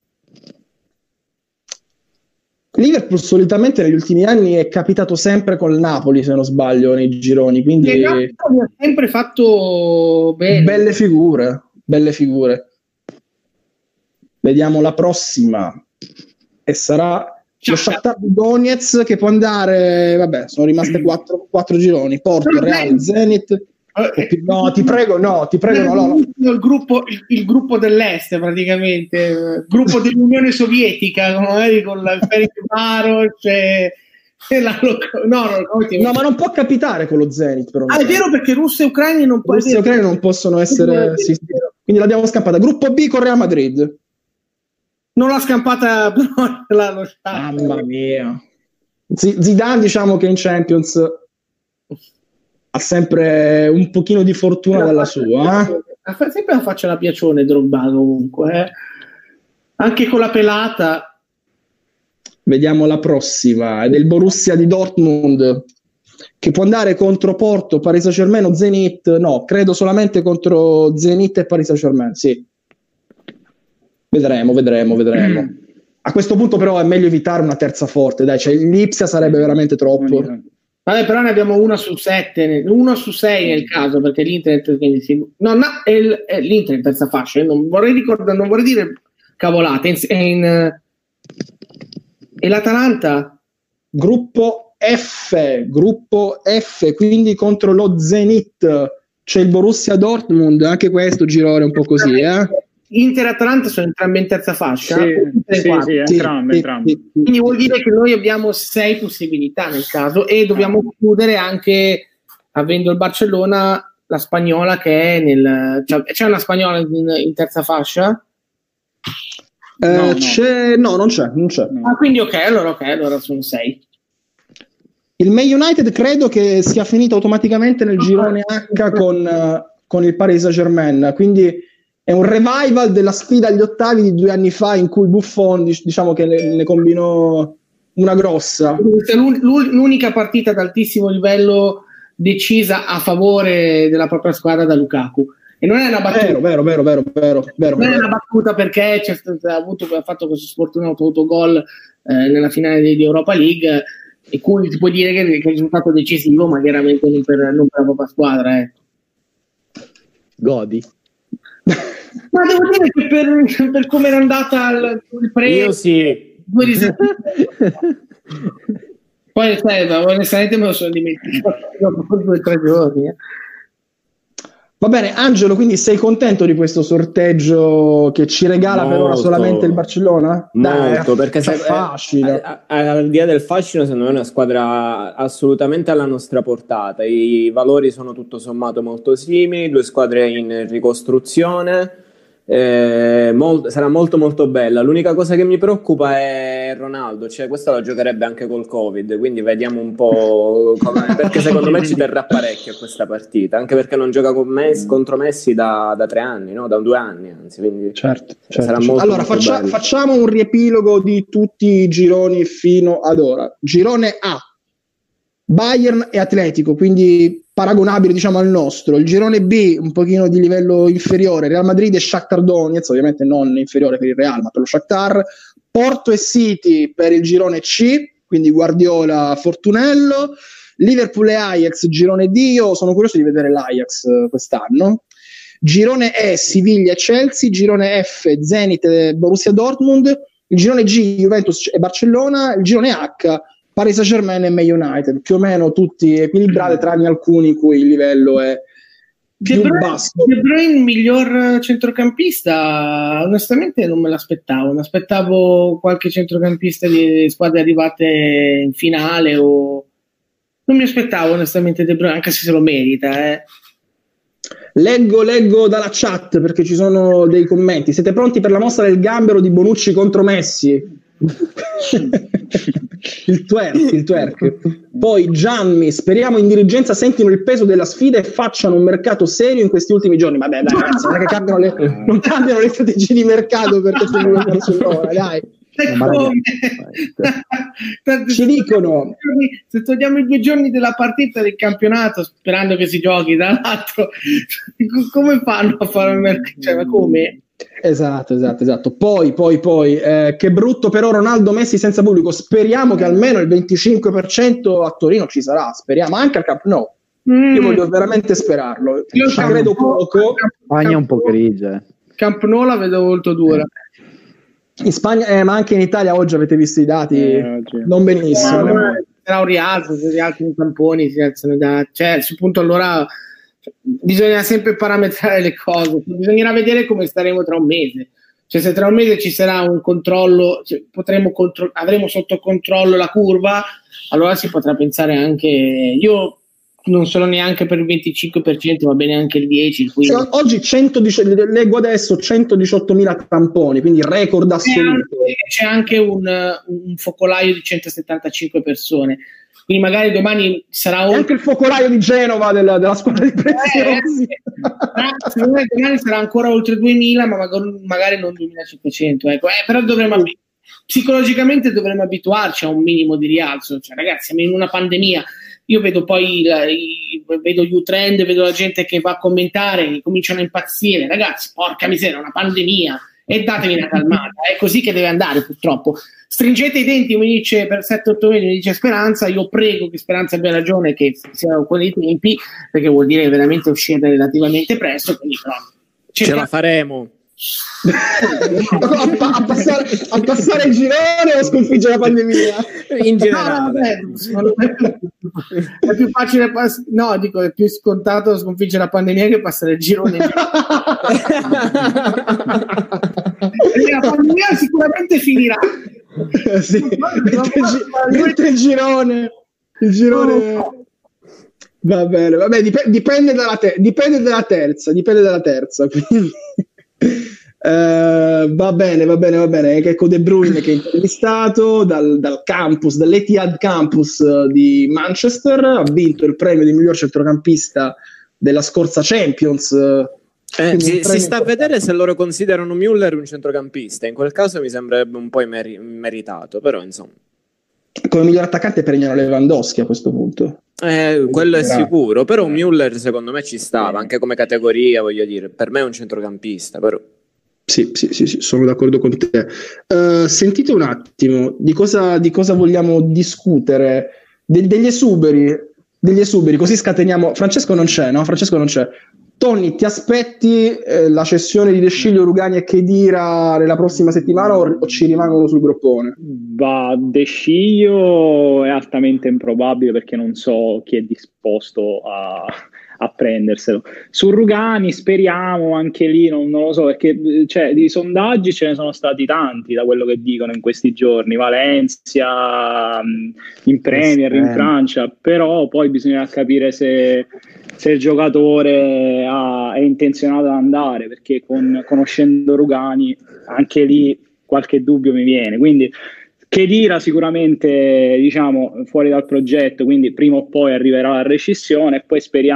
Liverpool solitamente negli ultimi anni è capitato sempre col Napoli, se non sbaglio, nei gironi, quindi ha sempre fatto bene. Belle figure. Vediamo la prossima e sarà lo Shakhtar Donetsk, che può andare, sono rimaste 4 gironi: Porto, Real, Zenit. No, ti prego, no. Il gruppo dell'Est, praticamente, il gruppo dell'Unione Sovietica, con la Ferencváros no, ma non può capitare con lo Zenit, però. È vero, perché Russia e Ucraina non possono essere, sì. Quindi l'abbiamo scampata. Gruppo B con Real Madrid. Non l'ha scampata, però l'hanno scampata. Mamma mia. Zidane, diciamo che in Champions ha sempre un pochino di fortuna dalla sua. Ha sempre la faccia da piacione Drogba, comunque. Anche con la pelata. Vediamo la prossima. È del Borussia di Dortmund, che può andare contro Porto, Paris Saint-Germain o Zenit. No, credo solamente contro Zenit e Paris Saint-Germain, sì. Vedremo. A questo punto però è meglio evitare una terza forte, dai, cioè l'Ipsia sarebbe veramente troppo. Vabbè, però ne abbiamo 1 su 7, 1 su 6 nel caso, perché l'Inter è l'Inter in terza fascia. Non vorrei dire cavolate. E l'Atalanta? Gruppo F, quindi contro lo Zenit c'è il Borussia Dortmund, anche questo girone un po' così, Inter e Atalanta sono entrambi in terza fascia. Entrambi. Quindi vuol dire che noi abbiamo 6 possibilità nel caso, e dobbiamo chiudere anche, avendo il Barcellona, la spagnola che è c'è una spagnola in terza fascia? Non c'è. Quindi allora sono 6. Il Man United credo che sia finito automaticamente nel girone H con il Paris Saint-Germain, quindi è un revival della sfida agli ottavi di 2 anni fa, in cui Buffon diciamo che ne combinò una grossa. L'unica partita ad altissimo livello decisa a favore della propria squadra da Lukaku. E non è una battuta. Vero. Non è una battuta, perché ha fatto questo sfortunato autogol nella finale di Europa League, e cui si può dire che è risultato decisivo, ma chiaramente non per la propria squadra. Godi. Ma devo dire che per come era andata il Io sì. Poi onestamente me lo sono dimenticato dopo 2 o 3 giorni. Va bene, Angelo, quindi sei contento di questo sorteggio che ci regala per ora solamente il Barcellona? Molto, perché è facile. Al di là del fascino, secondo me è una squadra assolutamente alla nostra portata. I valori sono tutto sommato molto simili, 2 squadre in ricostruzione. Sarà molto molto bella. L'unica cosa che mi preoccupa è Ronaldo, cioè questa la giocherebbe anche col Covid, quindi vediamo un po' perché secondo me ci terrà parecchio a questa partita, anche perché non gioca contro Messi da 3 anni, no? Da 2 anni anzi, quindi certo. Sarà molto, allora molto facciamo un riepilogo di tutti i gironi fino ad ora. Girone A, Bayern e Atletico, quindi paragonabile diciamo al nostro. Il girone B, un pochino di livello inferiore, Real Madrid e Shakhtar Donetsk, ovviamente non inferiore per il Real ma per lo Shakhtar. Porto e City per il girone C, quindi Guardiola, Fortunello. Liverpool e Ajax, girone D. Io sono curioso di vedere l'Ajax quest'anno. Girone E, Siviglia e Chelsea. Girone F, Zenit e Borussia Dortmund. Il girone G, Juventus e Barcellona. Il girone H, Paris Saint-Germain e Man United, più o meno tutti equilibrati, tranne alcuni in cui il livello è più basso. De Bruyne, miglior centrocampista, onestamente non me l'aspettavo. Mi aspettavo qualche centrocampista di squadre arrivate in finale, o non mi aspettavo onestamente De Bruyne, anche se lo merita. Leggo dalla chat, perché ci sono dei commenti. Siete pronti per la mossa del gambero di Bonucci contro Messi? il twerk. Poi Gianni, speriamo in dirigenza sentino il peso della sfida e facciano un mercato serio in questi ultimi giorni. Vabbè dai ragazzi, non cambiano le strategie di mercato perché sono il Barcellona, dai. Ci dicono, se togliamo i 2 giorni della partita del campionato sperando che si giochi dall'altro, come fanno a fare un mercato? Cioè, ma come? Esatto. Poi che brutto però Ronaldo Messi senza pubblico. Speriamo che almeno il 25% a Torino ci sarà, speriamo anche al Camp Nou. Io voglio veramente sperarlo. Io ci credo poco. Spagna un po' grigia. Camp Nou la vedo molto dura. In Spagna, ma anche in Italia oggi avete visto i dati non benissimo. Sarà un rialzo, si rialzano i tamponi, si alzano i dati. Cioè, a questo punto allora bisogna sempre parametrare le cose, bisognerà vedere come staremo tra un mese. Cioè, se tra un mese ci sarà un controllo, cioè, avremo sotto controllo la curva, allora si potrà pensare anche. Io non sono neanche per il 25%, va bene anche il 10%. Cioè, oggi leggo adesso 118.000 tamponi, quindi record assoluto. C'è anche un focolaio di 175 persone. Quindi magari domani sarà anche il focolaio di Genova della squadra di Preziosi. Domani sarà ancora oltre 2.000, ma magari non 2.500. Ecco. Però psicologicamente dovremmo abituarci a un minimo di rialzo. Cioè, ragazzi, siamo in una pandemia. Io vedo poi vedo U-Trend, vedo la gente che va a commentare, che cominciano a impazzire. Ragazzi, porca miseria, una pandemia, e datevi una calmata. È così che deve andare, purtroppo. Stringete i denti, mi dice per 7-8 mesi, mi dice Speranza. Io prego che Speranza abbia ragione, che siano quelli i tempi, perché vuol dire veramente uscire relativamente presto. Quindi, però, ce la faremo. a passare il girone o sconfiggere la pandemia? In generale. No, è più facile no, dico, è più scontato sconfiggere la pandemia che passare il girone. La pandemia sicuramente finirà. Sì, mentre il girone va bene, vabbè, dipende dalla terza, quindi va bene, ecco De Bruyne che è intervistato dal campus, dall'Etihad Campus di Manchester, ha vinto il premio di miglior centrocampista della scorsa Champions. Si sta a vedere se loro considerano Müller un centrocampista, in quel caso mi sembrerebbe un po' immeritato, però insomma. Come miglior attaccante premiano Lewandowski a questo punto. Quello è sicuro, però Müller secondo me ci stava, anche come categoria, voglio dire, per me è un centrocampista, però. Sì, sono d'accordo con te. Sentite un attimo, di cosa vogliamo discutere? Degli esuberi, così scateniamo. Francesco non c'è. Tony, ti aspetti la cessione di De Sciglio, Rugani e Khedira nella prossima settimana o ci rimangono sul groppone? De Sciglio è altamente improbabile perché non so chi è disposto a prenderselo. Su Rugani speriamo, anche lì non lo so, perché di sondaggi ce ne sono stati tanti da quello che dicono in questi giorni, Valencia, in Premier, in Francia, però poi bisogna capire se il giocatore è intenzionato ad andare, perché conoscendo Rugani anche lì qualche dubbio mi viene, quindi Khedira sicuramente fuori dal progetto, quindi prima o poi arriverà la rescissione e poi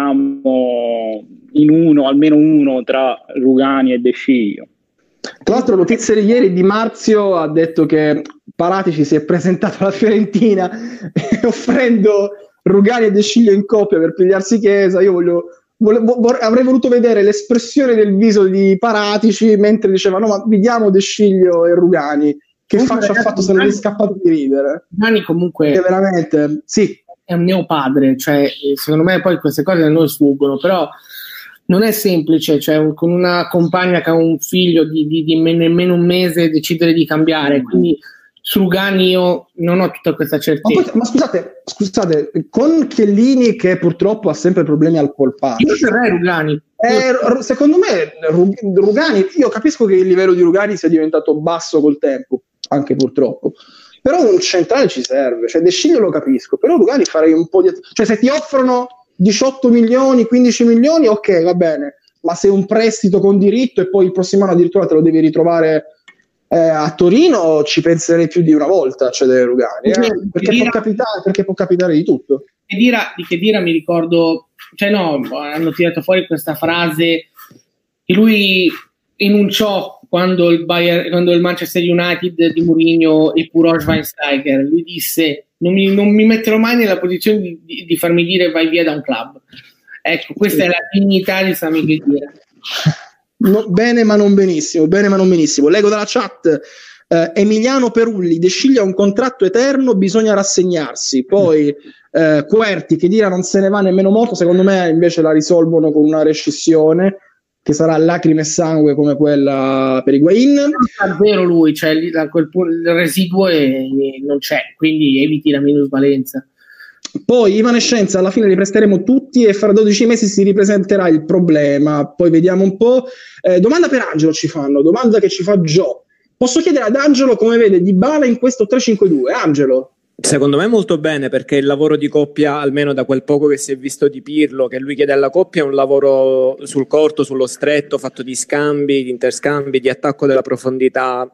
speriamo in almeno uno tra Rugani e De Sciglio. Tra l'altro notizie di ieri, Di Marzio ha detto che Paratici si è presentato alla Fiorentina offrendo Rugani e De Sciglio in coppia per pigliarsi Chiesa. Io avrei voluto vedere l'espressione del viso di Paratici mentre diceva no, ma vediamo De Sciglio e Rugani. Che faccia ha fatto se non è scappato di ridere? Rugani comunque è veramente è un mio padre, secondo me poi queste cose a noi sfuggono, però non è semplice, con una compagna che ha un figlio di nemmeno un mese decidere di cambiare, quindi su Rugani io non ho tutta questa certezza. Ma scusate, con Chiellini che purtroppo ha sempre problemi al polpato. Io sarei Rugani. Secondo me Rugani, io capisco che il livello di Rugani sia diventato basso col tempo, anche purtroppo, però un centrale ci serve, De Sciglio lo capisco, però Rugani farei un po' di... se ti offrono 18 milioni, 15 milioni, ok, va bene, ma se un prestito con diritto e poi il prossimo anno addirittura te lo devi ritrovare a Torino, ci penserei più di una volta a cedere Rugani, perché può capitare di tutto. Di Khedira mi ricordo, hanno tirato fuori questa frase che lui enunciò quando il Manchester United di Mourinho e Puro Schweinsteiger. Lui disse non mi metterò mai nella posizione di farmi dire vai via da un club. Ecco, questa è la dignità di Sami Khedira. Bene ma non benissimo. Leggo dalla chat Emiliano Perulli, De Sciglio ha un contratto eterno, bisogna rassegnarsi. Poi Querti, Khedira non se ne va nemmeno morto, secondo me invece la risolvono con una rescissione che sarà lacrime e sangue come quella per Higuain. Non è vero lui, il residuo non c'è, quindi eviti la minusvalenza. Poi Ivan e Scienza, alla fine li presteremo tutti e fra 12 mesi si ripresenterà il problema, poi vediamo un po'. Domanda per Angelo domanda che ci fa Gio. Posso chiedere ad Angelo come vede Dybala in questo 3-5-2? Angelo? Secondo me molto bene, perché il lavoro di coppia, almeno da quel poco che si è visto di Pirlo, che lui chiede alla coppia, è un lavoro sul corto, sullo stretto, fatto di scambi, di interscambi, di attacco della profondità.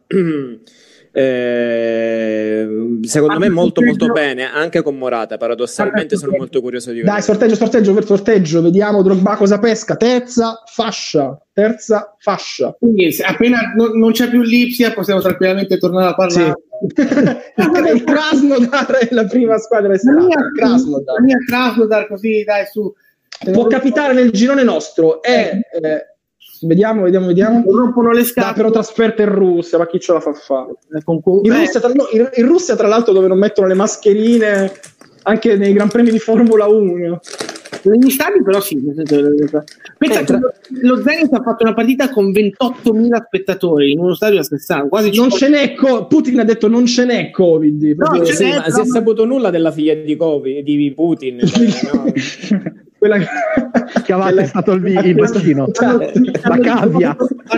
Secondo me molto bene, anche con Morata. Paradossalmente sono molto curioso di vedere. Dai, sorteggio, vediamo Drogba cosa pesca. Terza fascia. Quindi appena non c'è più Lipsia possiamo tranquillamente tornare a parlare. Sì. Il Krasnodar è la prima squadra Krasnodar. La mia Krasnodar, così dai su. Può capitare nel girone nostro. Vediamo. Rompono le scatole. Però trasferta in Russia, ma chi ce la fa fare? In Russia, tra l'altro, dove non mettono le mascherine anche nei Gran Premi di Formula 1. Negli stadi però sì. Pensa che lo Zenit ha fatto una partita con 28.000 spettatori in uno stadio a Sessano, quasi non ce n'è Putin ha detto non ce n'è Covid. No, Sì, ma si è saputo nulla della figlia di Putin, no? Quella che aveva testato il vaccino, la cavia.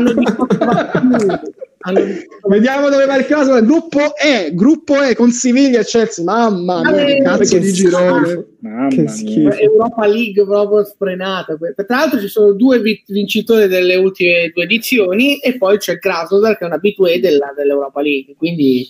Vediamo dove va il caso. Il gruppo E con Siviglia e Chelsea. Mamma mia, che cazzo di girone, che schifo. Europa League proprio sfrenata. Tra l'altro ci sono due vincitori delle ultime 2 edizioni e poi c'è Krasnodar che è un abitué dell'Europa League, quindi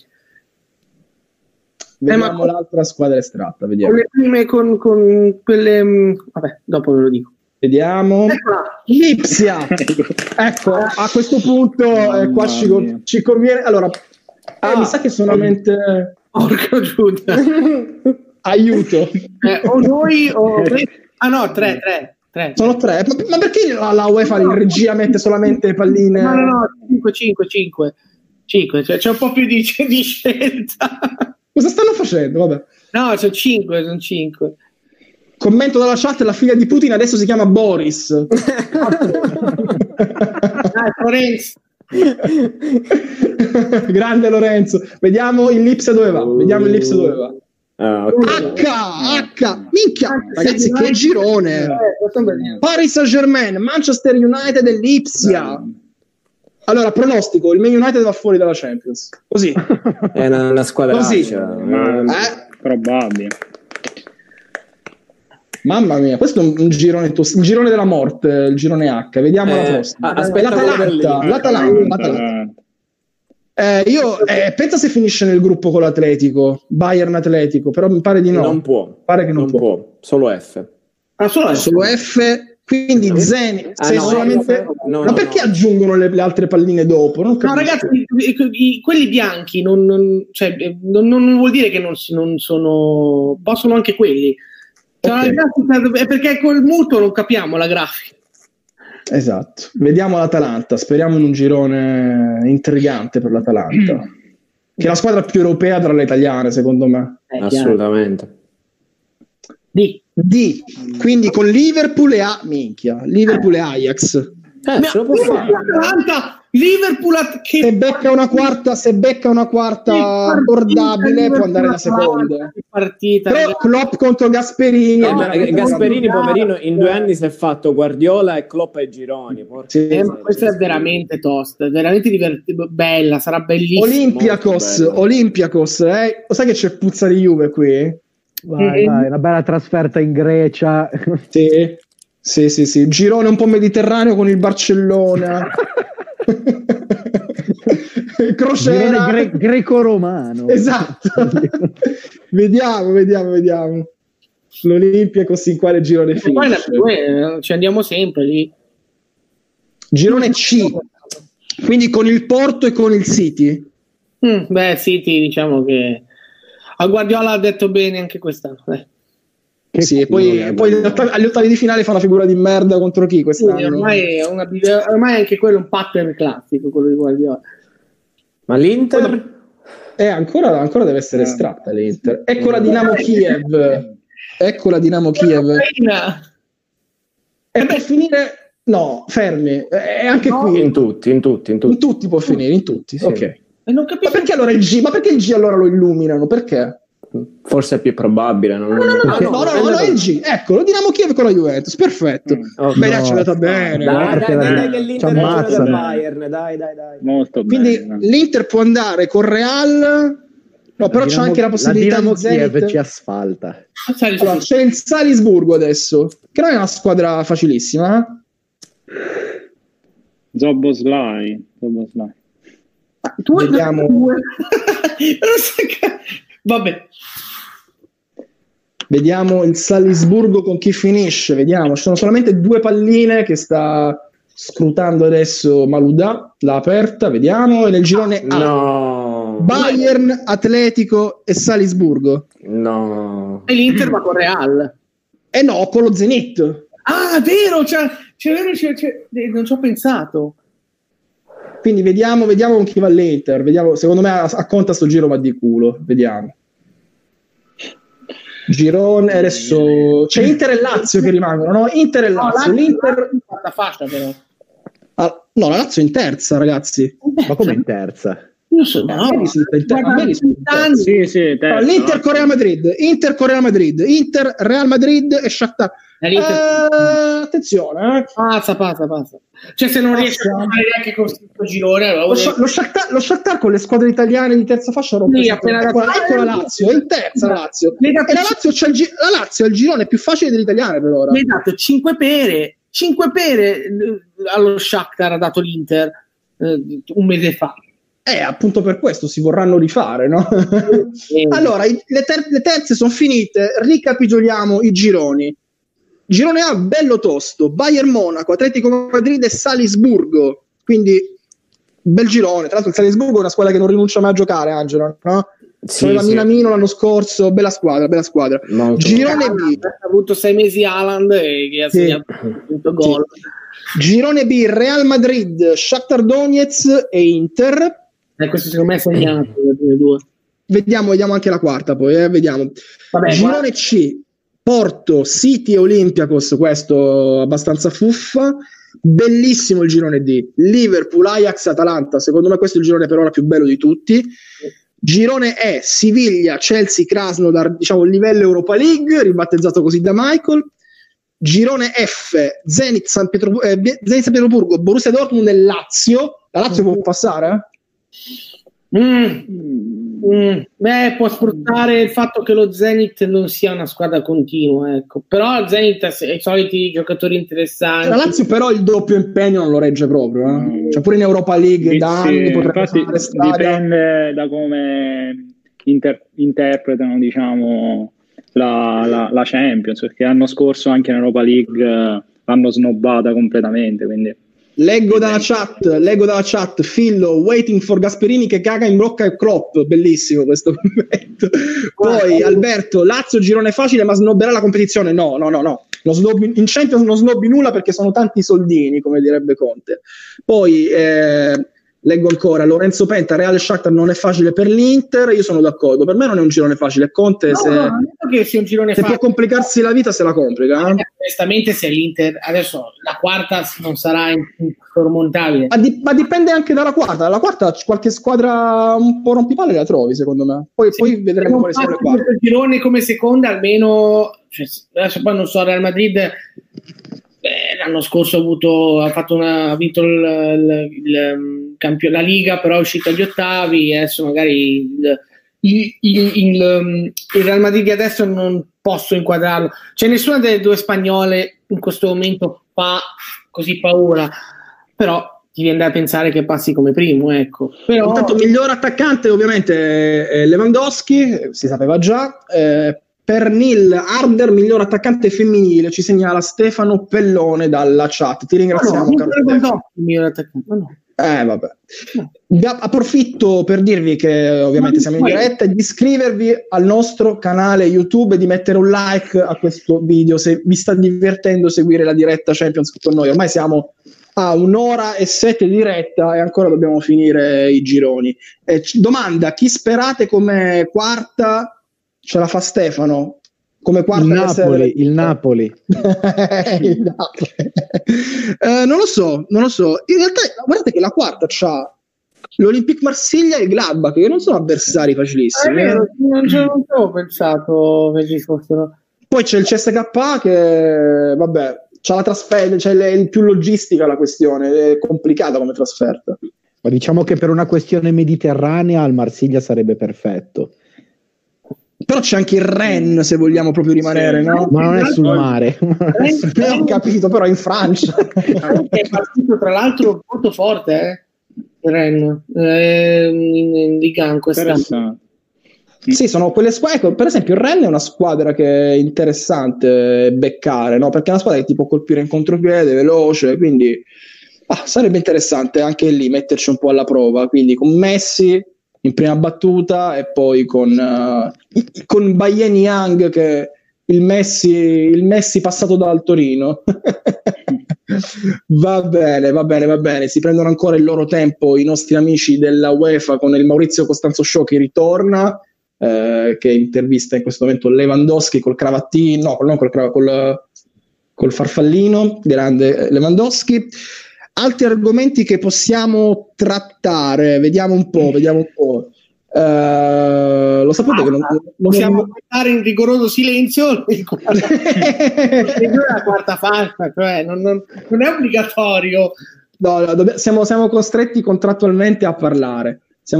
vediamo l'altra squadra estratta, vediamo. Con le prime con quelle vabbè, dopo ve lo dico. Vediamo Lipsia. Ecco, a questo punto qua ci conviene. Allora, mi sa che solamente porca Giuda. Aiuto. O noi o no, tre. Sono 3. Ma perché la UEFA in regia mette solamente palline? No, 5, cioè c'è un po' più di scelta. Cosa stanno facendo? Vabbè. No, sono 5. Commento dalla chat, la figlia di Putin adesso si chiama Boris. Lorenzo. Grande Lorenzo. Vediamo il Lipsia dove va. Okay. Minchia, ragazzi, che girone. Paris Saint-Germain, Manchester United e Lipsia. Allora, pronostico, il Man United va fuori dalla Champions. Così. È una squadra probabile. Mamma mia, questo è un girone il girone della morte, il girone H. Vediamo la prossima. L'Atalanta. Pensa se finisce nel gruppo con l'Atletico, Bayern Atletico, però mi pare di no. Non può. Pare che non può. Solo F. Solo F. Quindi Zenit, solamente. Ma perché aggiungono le altre palline dopo? Non ragazzi, quelli bianchi non vuol dire che non sono. Possono anche quelli. Okay. È perché col muto non capiamo la grafica. Esatto. Vediamo l'Atalanta. Speriamo in un girone intrigante per l'Atalanta, che è la squadra più europea tra le italiane, secondo me. Assolutamente. D. Quindi con Liverpool e Liverpool e Ajax. Se lo può fare. Liverpool se becca una quarta abbordabile può andare alla seconda. Però Klopp contro Gasperini. Gasperini, poverino, in 2 anni si è fatto Guardiola e Klopp ai gironi. Questa è veramente tosta, veramente bella, sarà bellissima. Olympiakos, Lo sai che c'è puzza di Juve qui? Vai, una bella trasferta in Grecia. Sì. Girone un po' mediterraneo con il Barcellona. Crociera greco-romano. Esatto. vediamo l'Olympiakos in quale girone finisce. Ci andiamo sempre lì. Girone C, quindi con il Porto e con il City. City diciamo che a Guardiola ha detto bene anche quest'anno. Sì, e poi agli ottavi di finale fa una figura di merda contro chi quest'anno? Sì, ormai anche quello è un pattern classico, quello di Guardiola. Ma l'Inter? Ancora deve essere estratta l'Inter. Ecco la Dinamo Kiev. E per finire, no, fermi. È anche qui. In tutti può finire, in tutti. Sì. Ok. Non capisco. Ma perché allora il G? Ma perché il G allora lo illuminano? Perché? Forse è più probabile. No, è il G. Ecco, lo Dinamo Kiev con la Juventus. Perfetto. Beh, ci è andata bene. Dai, che l'Inter gioca del Bayern. Dai. Molto quindi bene. L'Inter può andare con Real. No, però c'è anche la possibilità di Kiev ci asfalta. Allora, c'è il Salisburgo adesso, che non è una squadra facilissima. Zoboslai. Vediamo. Vabbè. Vediamo il Salisburgo con chi finisce. Vediamo, ci sono solamente 2 palline che sta scrutando adesso Malouda. L'ha aperta, vediamo. E nel girone A. No. Bayern, Atletico e Salisburgo. No. E l'Inter va con Real. No, con lo Zenit. Ah, vero, non ci ho pensato. Quindi vediamo con chi va l'Inter. Vediamo, secondo me a conta sto giro va di culo. Vediamo. Girone adesso c'è Inter e Lazio che rimangono, no? Inter e Lazio. L'Inter fatta però. No, la Lazio è in terza, ragazzi. Ma come in terza? Io so, No, sì, terza. L'Inter con Real Madrid, Inter Real Madrid e Shakhtar. Attenzione, pazza. Cioè, se non riesce a fare neanche con questo girone, allora lo Shakhtar con le squadre italiane di terza fascia rompe ecco la Lazio, è in terza la Lazio. E la Lazio ha il girone più facile delle italiane per ora. Mi ha dato 5 pere allo Shakhtar, ha dato l'Inter un mese fa. Appunto per questo si vorranno rifare, no? Allora, le terze sono finite, ricapitoliamo i gironi. Girone A, bello tosto, Bayern Monaco, Atletico Madrid e Salisburgo, quindi bel girone. Tra l'altro il Salisburgo è una squadra che non rinuncia mai a giocare, Angelo, no? Aveva Minamino l'anno scorso, bella squadra. Girone B, ha avuto 6 mesi Haaland e che ha segnato gol. Girone B, Real Madrid, Shakhtar Donetsk e Inter. Questo secondo me è segnato le due. Vediamo anche la quarta poi, vediamo. Vabbè, Girone C, Porto, City e Olympiacos, questo abbastanza fuffa. Bellissimo il girone D, Liverpool, Ajax, Atalanta. Secondo me questo è il girone per ora più bello di tutti. Girone E, Siviglia, Chelsea, Krasnodar, diciamo il livello Europa League, ribattezzato così da Michael. Girone F, Zenit San Pietroburgo, Borussia Dortmund e Lazio. La Lazio può passare? Può sfruttare il fatto che lo Zenit non sia una squadra continua, ecco. Però il Zenit ha i soliti giocatori interessanti. La Lazio però il doppio impegno non lo regge proprio, Cioè pure in Europa League da anni potrebbe fare dipende da come interpretano, diciamo, la Champions, perché l'anno scorso anche in Europa League l'hanno snobbata completamente, quindi Leggo dalla chat Fillo waiting for Gasperini che caga in brocca e Klopp, bellissimo questo commento. Poi Alberto, Lazio girone facile ma snobberà la competizione. No, in Champions non snobbi nulla perché sono tanti soldini, come direbbe Conte. Poi leggo ancora Lorenzo Penta, Real Shakhtar non è facile per l'Inter. Io sono d'accordo, per me non è un girone facile. Conte non detto che sia un girone facile, può complicarsi la vita, se la complica. Onestamente, se l'Inter adesso la quarta non sarà insormontabile, ma dipende anche dalla quarta. La quarta qualche squadra un po' rompipalle la trovi, secondo me. Poi vedremo quali sono le quarte. Il girone come seconda almeno, cioè, adesso poi non so, Real Madrid l'anno scorso ha vinto la Liga, però è uscito agli ottavi. Adesso magari il Real Madrid adesso non posso inquadrarlo, cioè nessuna delle due spagnole in questo momento fa così paura, però ti viene da pensare che passi come primo, ecco. Però intanto miglior attaccante ovviamente Lewandowski, si sapeva già. Pernil Harder, miglior attaccante femminile, ci segnala Stefano Pellone dalla chat. Ti ringraziamo, miglior attaccante. Vabbè. Approfitto per dirvi che ovviamente siamo in diretta e di iscrivervi al nostro canale YouTube e di mettere un like a questo video se vi sta divertendo seguire la diretta Champions con noi. Ormai siamo a 1:07 di diretta e ancora dobbiamo finire i gironi. Domanda: chi sperate come quarta? Ce la fa Stefano come quarta? Il Napoli. Non lo so. In realtà guardate che la quarta c'ha l'Olympique Marsiglia e il Gladbach, che non sono avversari facilissimi. Non ci avevo pensato che ci fossero. Poi c'è il CSKA che vabbè, c'ha la trasferta, c'è il più logistica la questione, è complicata come trasferta. Ma diciamo che per una questione mediterranea il Marsiglia sarebbe perfetto. Però c'è anche il Rennes, se vogliamo proprio rimanere, no? Ma non è sul mare. Ho capito, però in Francia. È partito tra l'altro molto forte, il Rennes in Liga quest'anno. Sì, sono quelle squadre. Per esempio, il Rennes è una squadra che è interessante beccare, no? Perché è una squadra che ti può colpire in contropiede, veloce, quindi sarebbe interessante anche lì metterci un po' alla prova. Quindi con Messi in prima battuta e poi con Bayern Young, che il Messi passato dal Torino. Va bene, si prendono ancora il loro tempo i nostri amici della UEFA con il Maurizio Costanzo Show che ritorna che intervista in questo momento Lewandowski col cravattino, no, non col farfallino, grande Lewandowski. Altri argomenti che possiamo trattare, vediamo un po'. Lo sapete che non possiamo aspettare in rigoroso silenzio la quarta fascia, cioè non è obbligatorio. No, siamo costretti contrattualmente a parlare.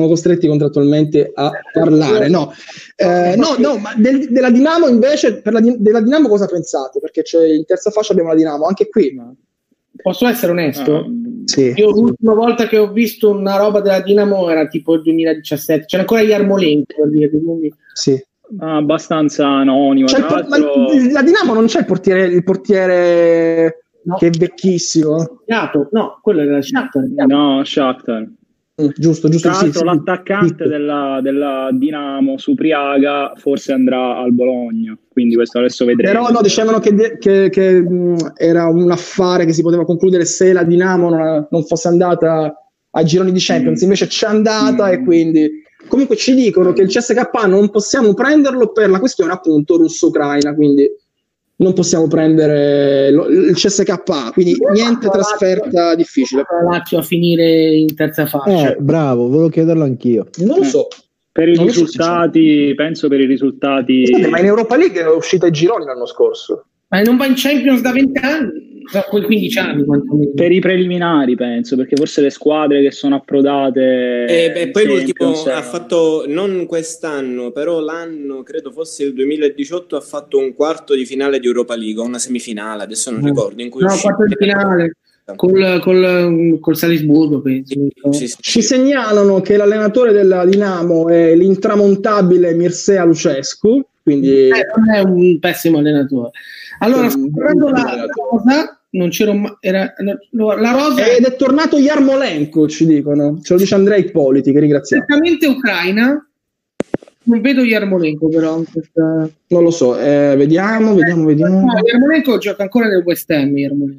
No, ma della Dinamo invece, della Dinamo cosa pensate? Perché in terza fascia abbiamo la Dinamo, anche qui. Posso essere onesto? Sì. Io l'ultima volta che ho visto una roba della Dinamo era tipo il 2017, c'era ancora Yarmolenko per dire, quindi... Sì. Abbastanza anonimo. La Dinamo non c'è il portiere no. Che è vecchissimo. No, quello era Shakhtar. No, Shakhtar. Giusto. Tra l'altro sì, l'attaccante della Dinamo, Supriaga, forse andrà al Bologna, quindi questo adesso vedremo. Però no, dicevano che era un affare che si poteva concludere se la Dinamo non fosse andata ai gironi di Champions, invece c'è andata e quindi comunque ci dicono che il CSKA non possiamo prenderlo per la questione appunto russo-ucraina, quindi non possiamo prendere il CSKA, quindi niente trasferta difficile. Lazio a finire in terza fascia. Bravo, volevo chiederlo anch'io. Non lo so. Per i risultati, penso per i risultati. Ma in Europa League è uscita ai gironi l'anno scorso. Ma non va in Champions da 20 anni, da quei 15 anni quantomeno. Per i preliminari penso, perché forse le squadre che sono approdate e poi l'ultimo ha fatto, non quest'anno, però l'anno credo fosse il 2018, ha fatto un quarto di finale di Europa League, una semifinale, adesso non ricordo, in cui quarto di finale col Salisburgo penso. Sì. Ci segnalano che l'allenatore della Dinamo è l'intramontabile Mircea Lucescu, quindi non è un pessimo allenatore. Allora, guardando la rosa, non c'era la rosa ed è tornato Yarmolenko, ci dicono, ce lo dice Andrea Ippoliti, che ringraziamo. Certamente Ucraina, non vedo Yarmolenko però non lo so, vediamo. No, Yarmolenko gioca ancora nel West Ham.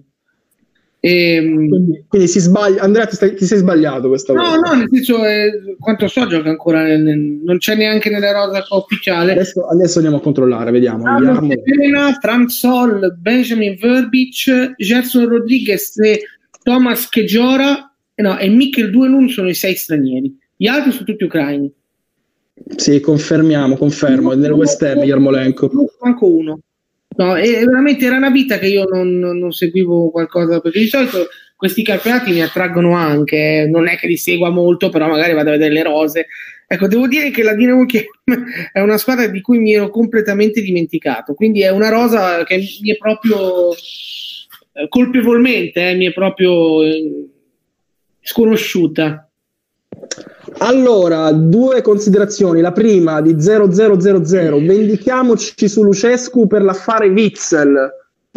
Quindi si sbaglia. Andrea, ti sei sbagliato questa volta. No, nel senso, quanto so gioca ancora non c'è neanche nella rosa ufficiale. Adesso andiamo a controllare, vediamo. Elena, Frank Sol, Benjamin Verbic, Gerson Rodriguez e Thomas Kejora e Mikkel Duelun sono i 6 stranieri, gli altri sono tutti ucraini. Sì, confermo, è nel West Ham Yarmolenko. Manco uno. No, veramente era una vita che io non seguivo qualcosa, perché di solito questi campionati mi attraggono anche, non è che li segua molto, però magari vado a vedere le rose. Ecco, devo dire che la Dinamo Kiev è una squadra di cui mi ero completamente dimenticato, quindi è una rosa che mi è proprio colpevolmente mi è proprio sconosciuta. Allora, 2 considerazioni. La prima di 0000, vendichiamoci su Lucescu per l'affare Witsel.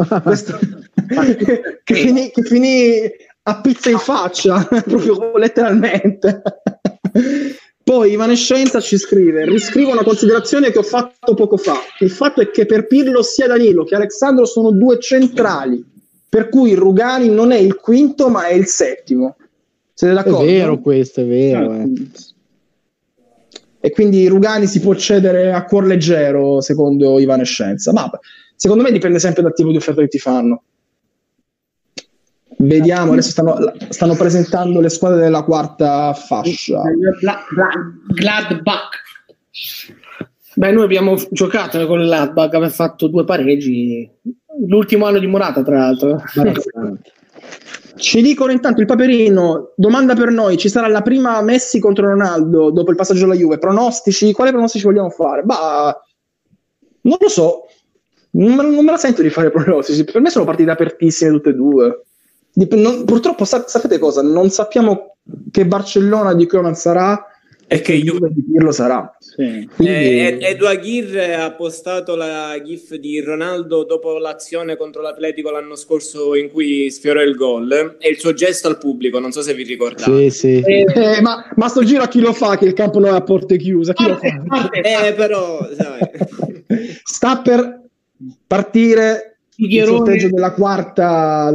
che finì a pizza in faccia, proprio letteralmente. Poi Ivanescenza ci scrive: riscrivo una considerazione che ho fatto poco fa. Il fatto è che per Pirlo sia Danilo che Alexandro sono 2 centrali, per cui Rugani non è il quinto ma è il settimo. Siete d'accordo? È vero, questo è vero. E quindi Rugani si può cedere a cuor leggero, secondo Ivanescenza. Ma secondo me dipende sempre dal tipo di offerta che ti fanno. Vediamo, adesso stanno presentando le squadre della quarta fascia. Gladbach. Beh, noi abbiamo giocato con il Gladbach, abbiamo fatto 2 pareggi. L'ultimo anno di Morata, tra l'altro. Ci dicono intanto il Paperino, domanda per noi, ci sarà la prima Messi contro Ronaldo dopo il passaggio alla Juve, pronostici, quali pronostici vogliamo fare? Bah, non lo so, non me la sento di fare pronostici, per me sono partite apertissime tutte e 2. Purtroppo sapete cosa? Non sappiamo che Barcellona di Koeman sarà e che Juve di Pirlo sarà. Sì. Edu Aguirre ha postato la gif di Ronaldo dopo l'azione contro l'Atletico l'anno scorso in cui sfiorò il gol e il suo gesto al pubblico, non so se vi ricordate. Sì. Ma sto giro a chi lo fa che il campo non è a porte chiuse? Chi lo fa? Però sai. Sta per partire il sorteggio della quarta.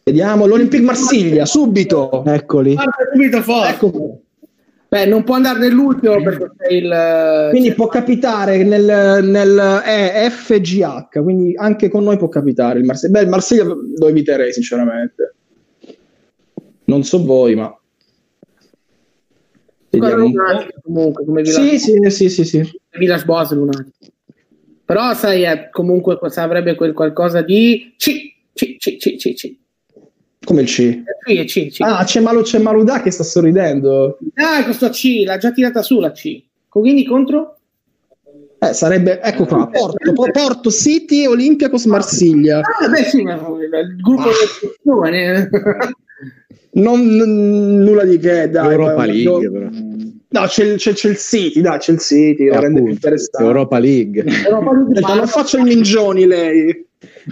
Vediamo l'Olympique Marsiglia, subito. Eccoli. Subito forte. Ecco. Beh, non può andare nell'ultimo perché c'è il... Quindi può capitare nel FGH, quindi anche con noi può capitare il Marsiglia. Beh, il Marsiglia lo eviterei sinceramente. Non so voi, ma vediamo un po'. Comunque, come Sì. Villas Boas lunatico. Però sai, comunque avrebbe quel qualcosa di C. Come il C? C. Ah, c'è Maludà che sta sorridendo. Ah, questo C, l'ha già tirata su la C. Quindi contro? Sarebbe, ecco qua, Porto, City, Olympiacos, Marsiglia. Ah, beh sì, ma il gruppo del giovane. Nulla di che, dai. Europa League, però. No, c'è il City, dai, c'è il City, lo rende più interessante. Europa League. Non faccio il Mingioni lei.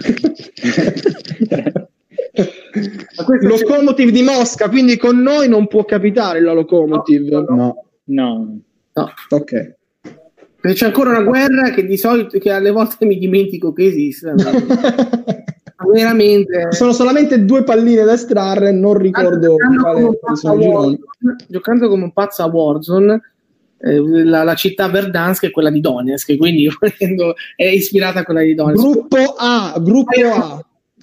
Lokomotiv di Mosca, quindi con noi non può capitare la Lokomotiv. No. Ok. Perché c'è ancora una guerra che di solito, che alle volte mi dimentico che esiste. Veramente. Sono solamente 2 palline da estrarre, non ricordo giocando come un pazzo a Warzone, la città Verdansk è quella di Donetsk, quindi è ispirata a quella di Donetsk. Gruppo A.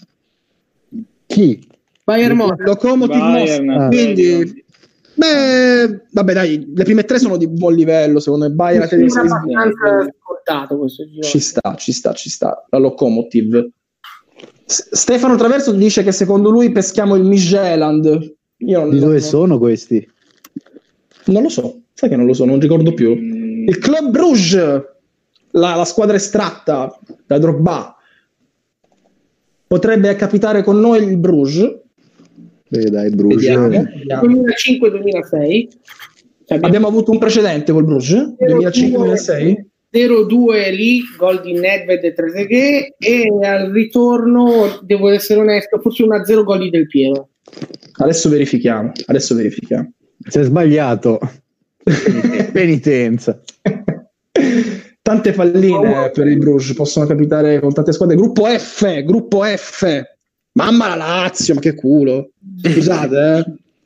Chi? Bayern Monaco. Lokomotiv Mosca. Quindi vabbè dai, le prime 3 sono di buon livello, secondo me. Bayern abbastanza scontato questo giro. Ci sta la Lokomotiv. Stefano Traverso dice che secondo lui peschiamo il Midtjylland. Di dove sono questi? Non lo so, sai che non lo so, non ricordo più. Il Club Bruges, la squadra estratta da Drogba. Potrebbe capitare con noi il Bruges. Dai, Bruges. Vediamo. 2005-2006. Abbiamo avuto un precedente col Bruges, 2005-2006. 0-2 lì, gol di Nedved e Trezeguet, e al ritorno, devo essere onesto, forse 1-0 gol di Del Piero. Adesso verifichiamo. Si è sbagliato. Penitenza. Tante palline per il Bruges possono capitare con tante squadre. Gruppo F. Mamma la Lazio, ma che culo. Scusate,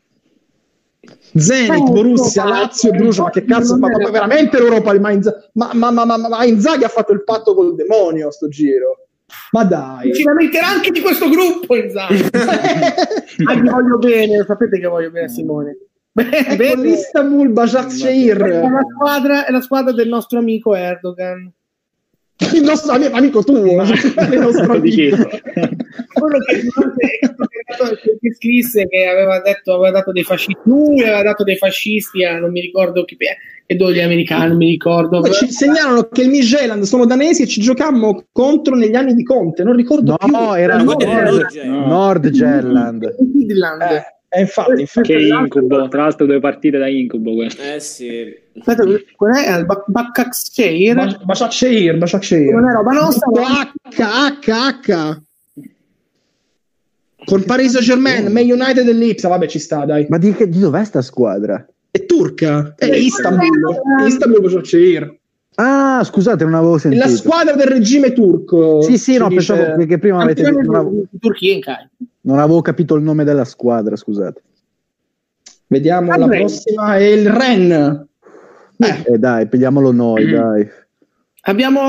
Zenit, Borussia, Lazio e Bruges, ma che cazzo fa? Ma veramente l'Europa? Ma Inzaghi ha fatto il patto col demonio sto giro. Ma dai. Ci lamenterà anche di questo gruppo, Inzaghi. Ti voglio bene, lo sapete che voglio bene a Simone. Ecco l'Istanbul Başakşehir. È la squadra del nostro amico Erdogan. Il nostro amico tuo. Il nostro amico. Quello che scrisse che aveva dato dei fascisti. Lui aveva dato dei fascisti a non mi ricordo chi, e dove gli americani, non mi ricordo. Poi ci segnalano che il Midtjylland sono danesi e ci giocammo contro negli anni di Conte. Non ricordo più. No, era Nordjylland. Infatti. Che incubo, tra l'altro 2 partite da incubo queste. Sì. Aspetta, qual è? Il Başakşehir. Non è roba nostra. H. Con Paris Saint-Germain, Man United e l'Ipsa, vabbè ci sta, dai. Ma di dov'è sta squadra? È turca, è Istanbul Başakşehir. Ah, scusate, non avevo sentito. La squadra del regime turco. Sì, no, pensavo che prima avete detto non avevo capito il nome della squadra, scusate. Vediamo la prossima, è il Rennes. Dai, pigliamolo noi, dai. Abbiamo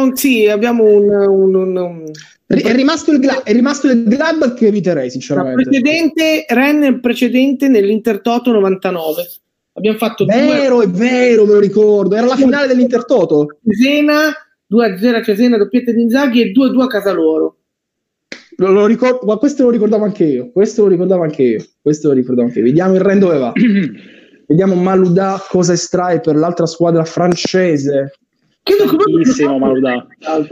un È rimasto il Gladbach che eviterei sinceramente. Rennes precedente nell'Intertoto 99. Abbiamo fatto è vero, me lo ricordo. Era la finale dell'Intertoto. Cesena, 2-0 a Cesena, doppietta di Inzaghi e 2-2 a casa loro. Lo ricordo, ma questo lo ricordavo anche io. Vediamo il Rennes dove va. Vediamo Maludà cosa estrae per l'altra squadra francese. Tantissimo Maludà.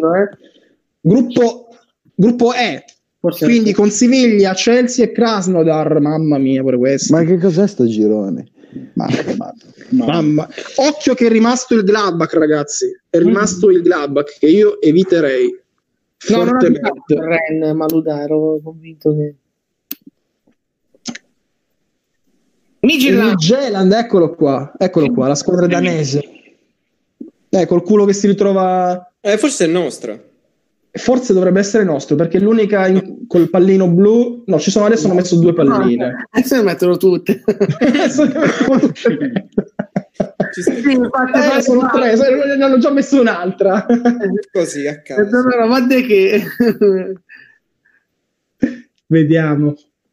Gruppo E. Quindi con Siviglia, Chelsea e Krasnodar. Mamma mia, pure questo. Ma che cos'è sto girone? Mamma. Occhio che è rimasto il Gladbach, ragazzi. È rimasto il Gladbach che io eviterei. No, non abbiamo Rennes, Maludà, ero convinto che... Midtjylland, eccolo qua, la squadra danese. Col culo che si ritrova... Forse è nostra. Forse dovrebbe essere nostro, perché è l'unica col pallino blu. No, ci sono adesso, hanno messo 2 palline. Adesso ne mettono tutte. Adesso ne mettono tutte. Sono 3, ne hanno già messo un'altra. Così a caso. Guarda che... Vediamo.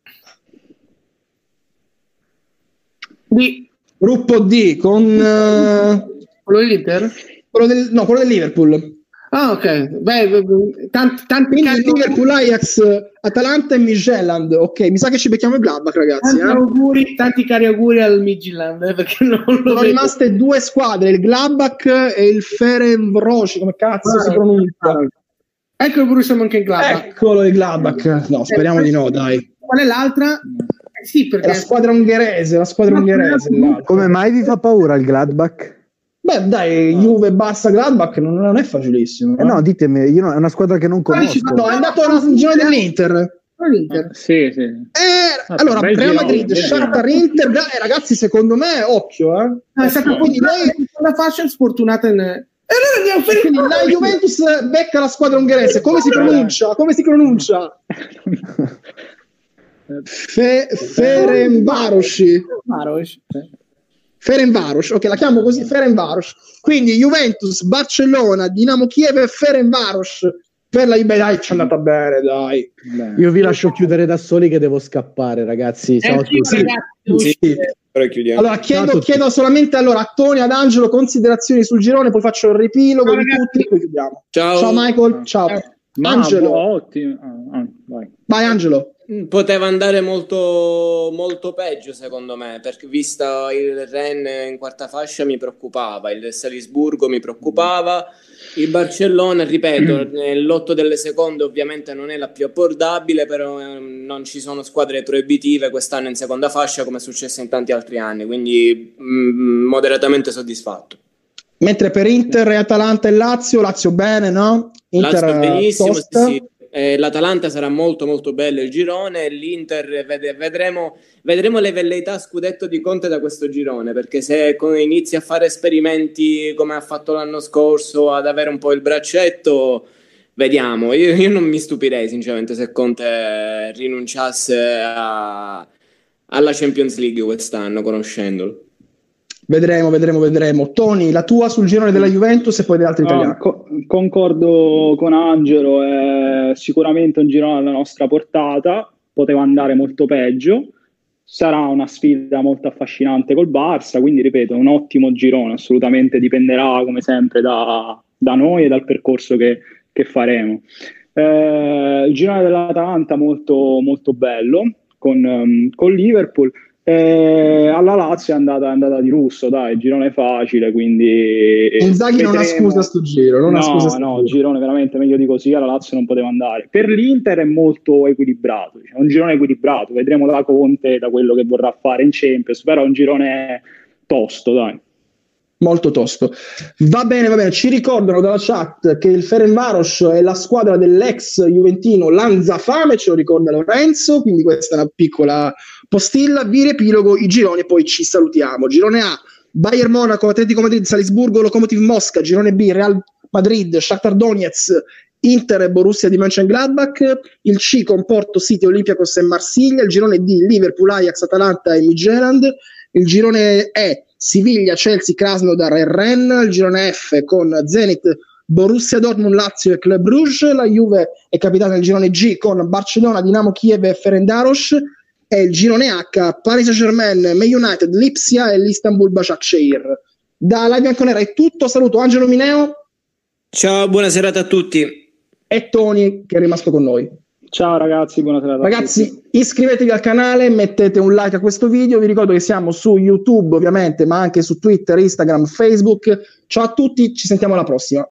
D. Gruppo D con quello dell'Inter? quello del Liverpool. Ah, ok. Beh, tanti Quindi Liverpool, Ajax, Atalanta e Midtjylland. Ok, mi sa che ci becchiamo il Gladbach, ragazzi. Tanti cari auguri al Midtjylland, perché non lo sono rimaste 2 squadre, il Gladbach e il Ferencváros, come cazzo si pronuncia? Ecco il Borussia Mönchengladbach. Eccolo il Gladbach. No, speriamo di no, dai. Qual è l'altra? Sì, perché è la squadra ungherese, Come mai vi fa paura il Gladbach? Beh, dai, Juve bassa Gladbach non è facilissimo. No, ditemi, è una squadra che non conosco. No, è andato alla girone dell'Inter. Sì. Allora, Real Madrid, Shakhtar, Inter, ragazzi, secondo me, occhio, è stata quindi lei una fascia sfortunata quindi la Juventus becca la squadra ungherese. Come si pronuncia? Ferencváros, ok, la chiamo così, Ferencváros. Quindi Juventus, Barcellona, Dinamo Kiev e Ferencváros per la Juve. Dai, ci è andata bene, dai. Io vi lascio chiudere da soli che devo scappare, ragazzi. Ciao a tutti. Sì. Allora chiedo solamente a Tony, ad Angelo considerazioni sul girone, poi faccio il riepilogo di tutti e poi chiudiamo. Ciao Michael, ciao. Angelo. Ottimo. Vai Angelo. Poteva andare molto, molto peggio secondo me, perché vista il Rennes in quarta fascia mi preoccupava, il Salisburgo mi preoccupava, il Barcellona, ripeto, nell'otto delle seconde ovviamente non è la più abbordabile, però non ci sono squadre proibitive quest'anno in seconda fascia come è successo in tanti altri anni, quindi moderatamente soddisfatto. Mentre per Inter e Atalanta e Lazio bene, no? Inter Lazio benissimo, sì. L'Atalanta sarà molto molto bello il girone, l'Inter vedremo le velleità scudetto di Conte da questo girone, perché se inizi a fare esperimenti come ha fatto l'anno scorso, ad avere un po' il braccetto, vediamo. Io non mi stupirei sinceramente se Conte rinunciasse alla Champions League quest'anno, conoscendolo. Vedremo. Tony, la tua sul girone della Juventus e poi degli altri italiani. Concordo con Angelo, è sicuramente un girone alla nostra portata, poteva andare molto peggio, sarà una sfida molto affascinante col Barça, quindi ripeto, un ottimo girone, assolutamente dipenderà come sempre da noi e dal percorso che faremo. Il girone dell'Atalanta molto, molto bello, con Liverpool. Alla Lazio è andata di lusso, dai, girone facile, quindi Inzaghi non ha scusa sto giro, no, girone veramente meglio di così, alla Lazio non poteva andare. Per l'Inter è molto equilibrato, diciamo, un girone equilibrato, vedremo da Conte, da quello che vorrà fare in Champions, però è un girone tosto, dai. Molto tosto. Va bene, ci ricordano dalla chat che il Ferencváros è la squadra dell'ex juventino Lanzafame, ce lo ricorda Lorenzo, quindi questa è una piccola postilla. Vi riepilogo i gironi e poi ci salutiamo. Girone A, Bayern Monaco, Atletico Madrid, Salisburgo, Lokomotiv Mosca. Girone B, Real Madrid, Shakhtar Donetsk, Inter e Borussia di Mönchengladbach. Il C con Porto, City, Olympiacos e Marsiglia. Il girone D, Liverpool, Ajax, Atalanta e Midtjylland. Il girone E, Siviglia, Chelsea, Krasnodar e Rennes. Il girone F con Zenit, Borussia Dortmund, Lazio e Club Brugge. La Juve è capitata nel girone G con Barcellona, Dinamo Kiev e Ferencváros. E il girone H, Paris Saint-Germain, Man United, Lipsia e l'Istanbul Başakşehir. Da Live Bianconera è tutto, saluto Angelo Mineo. Ciao, buona serata a tutti. E Tony che è rimasto con noi. Ciao ragazzi, buona serata. Ragazzi, iscrivetevi al canale, mettete un like a questo video, vi ricordo che siamo su YouTube ovviamente, ma anche su Twitter, Instagram, Facebook. Ciao a tutti, ci sentiamo alla prossima.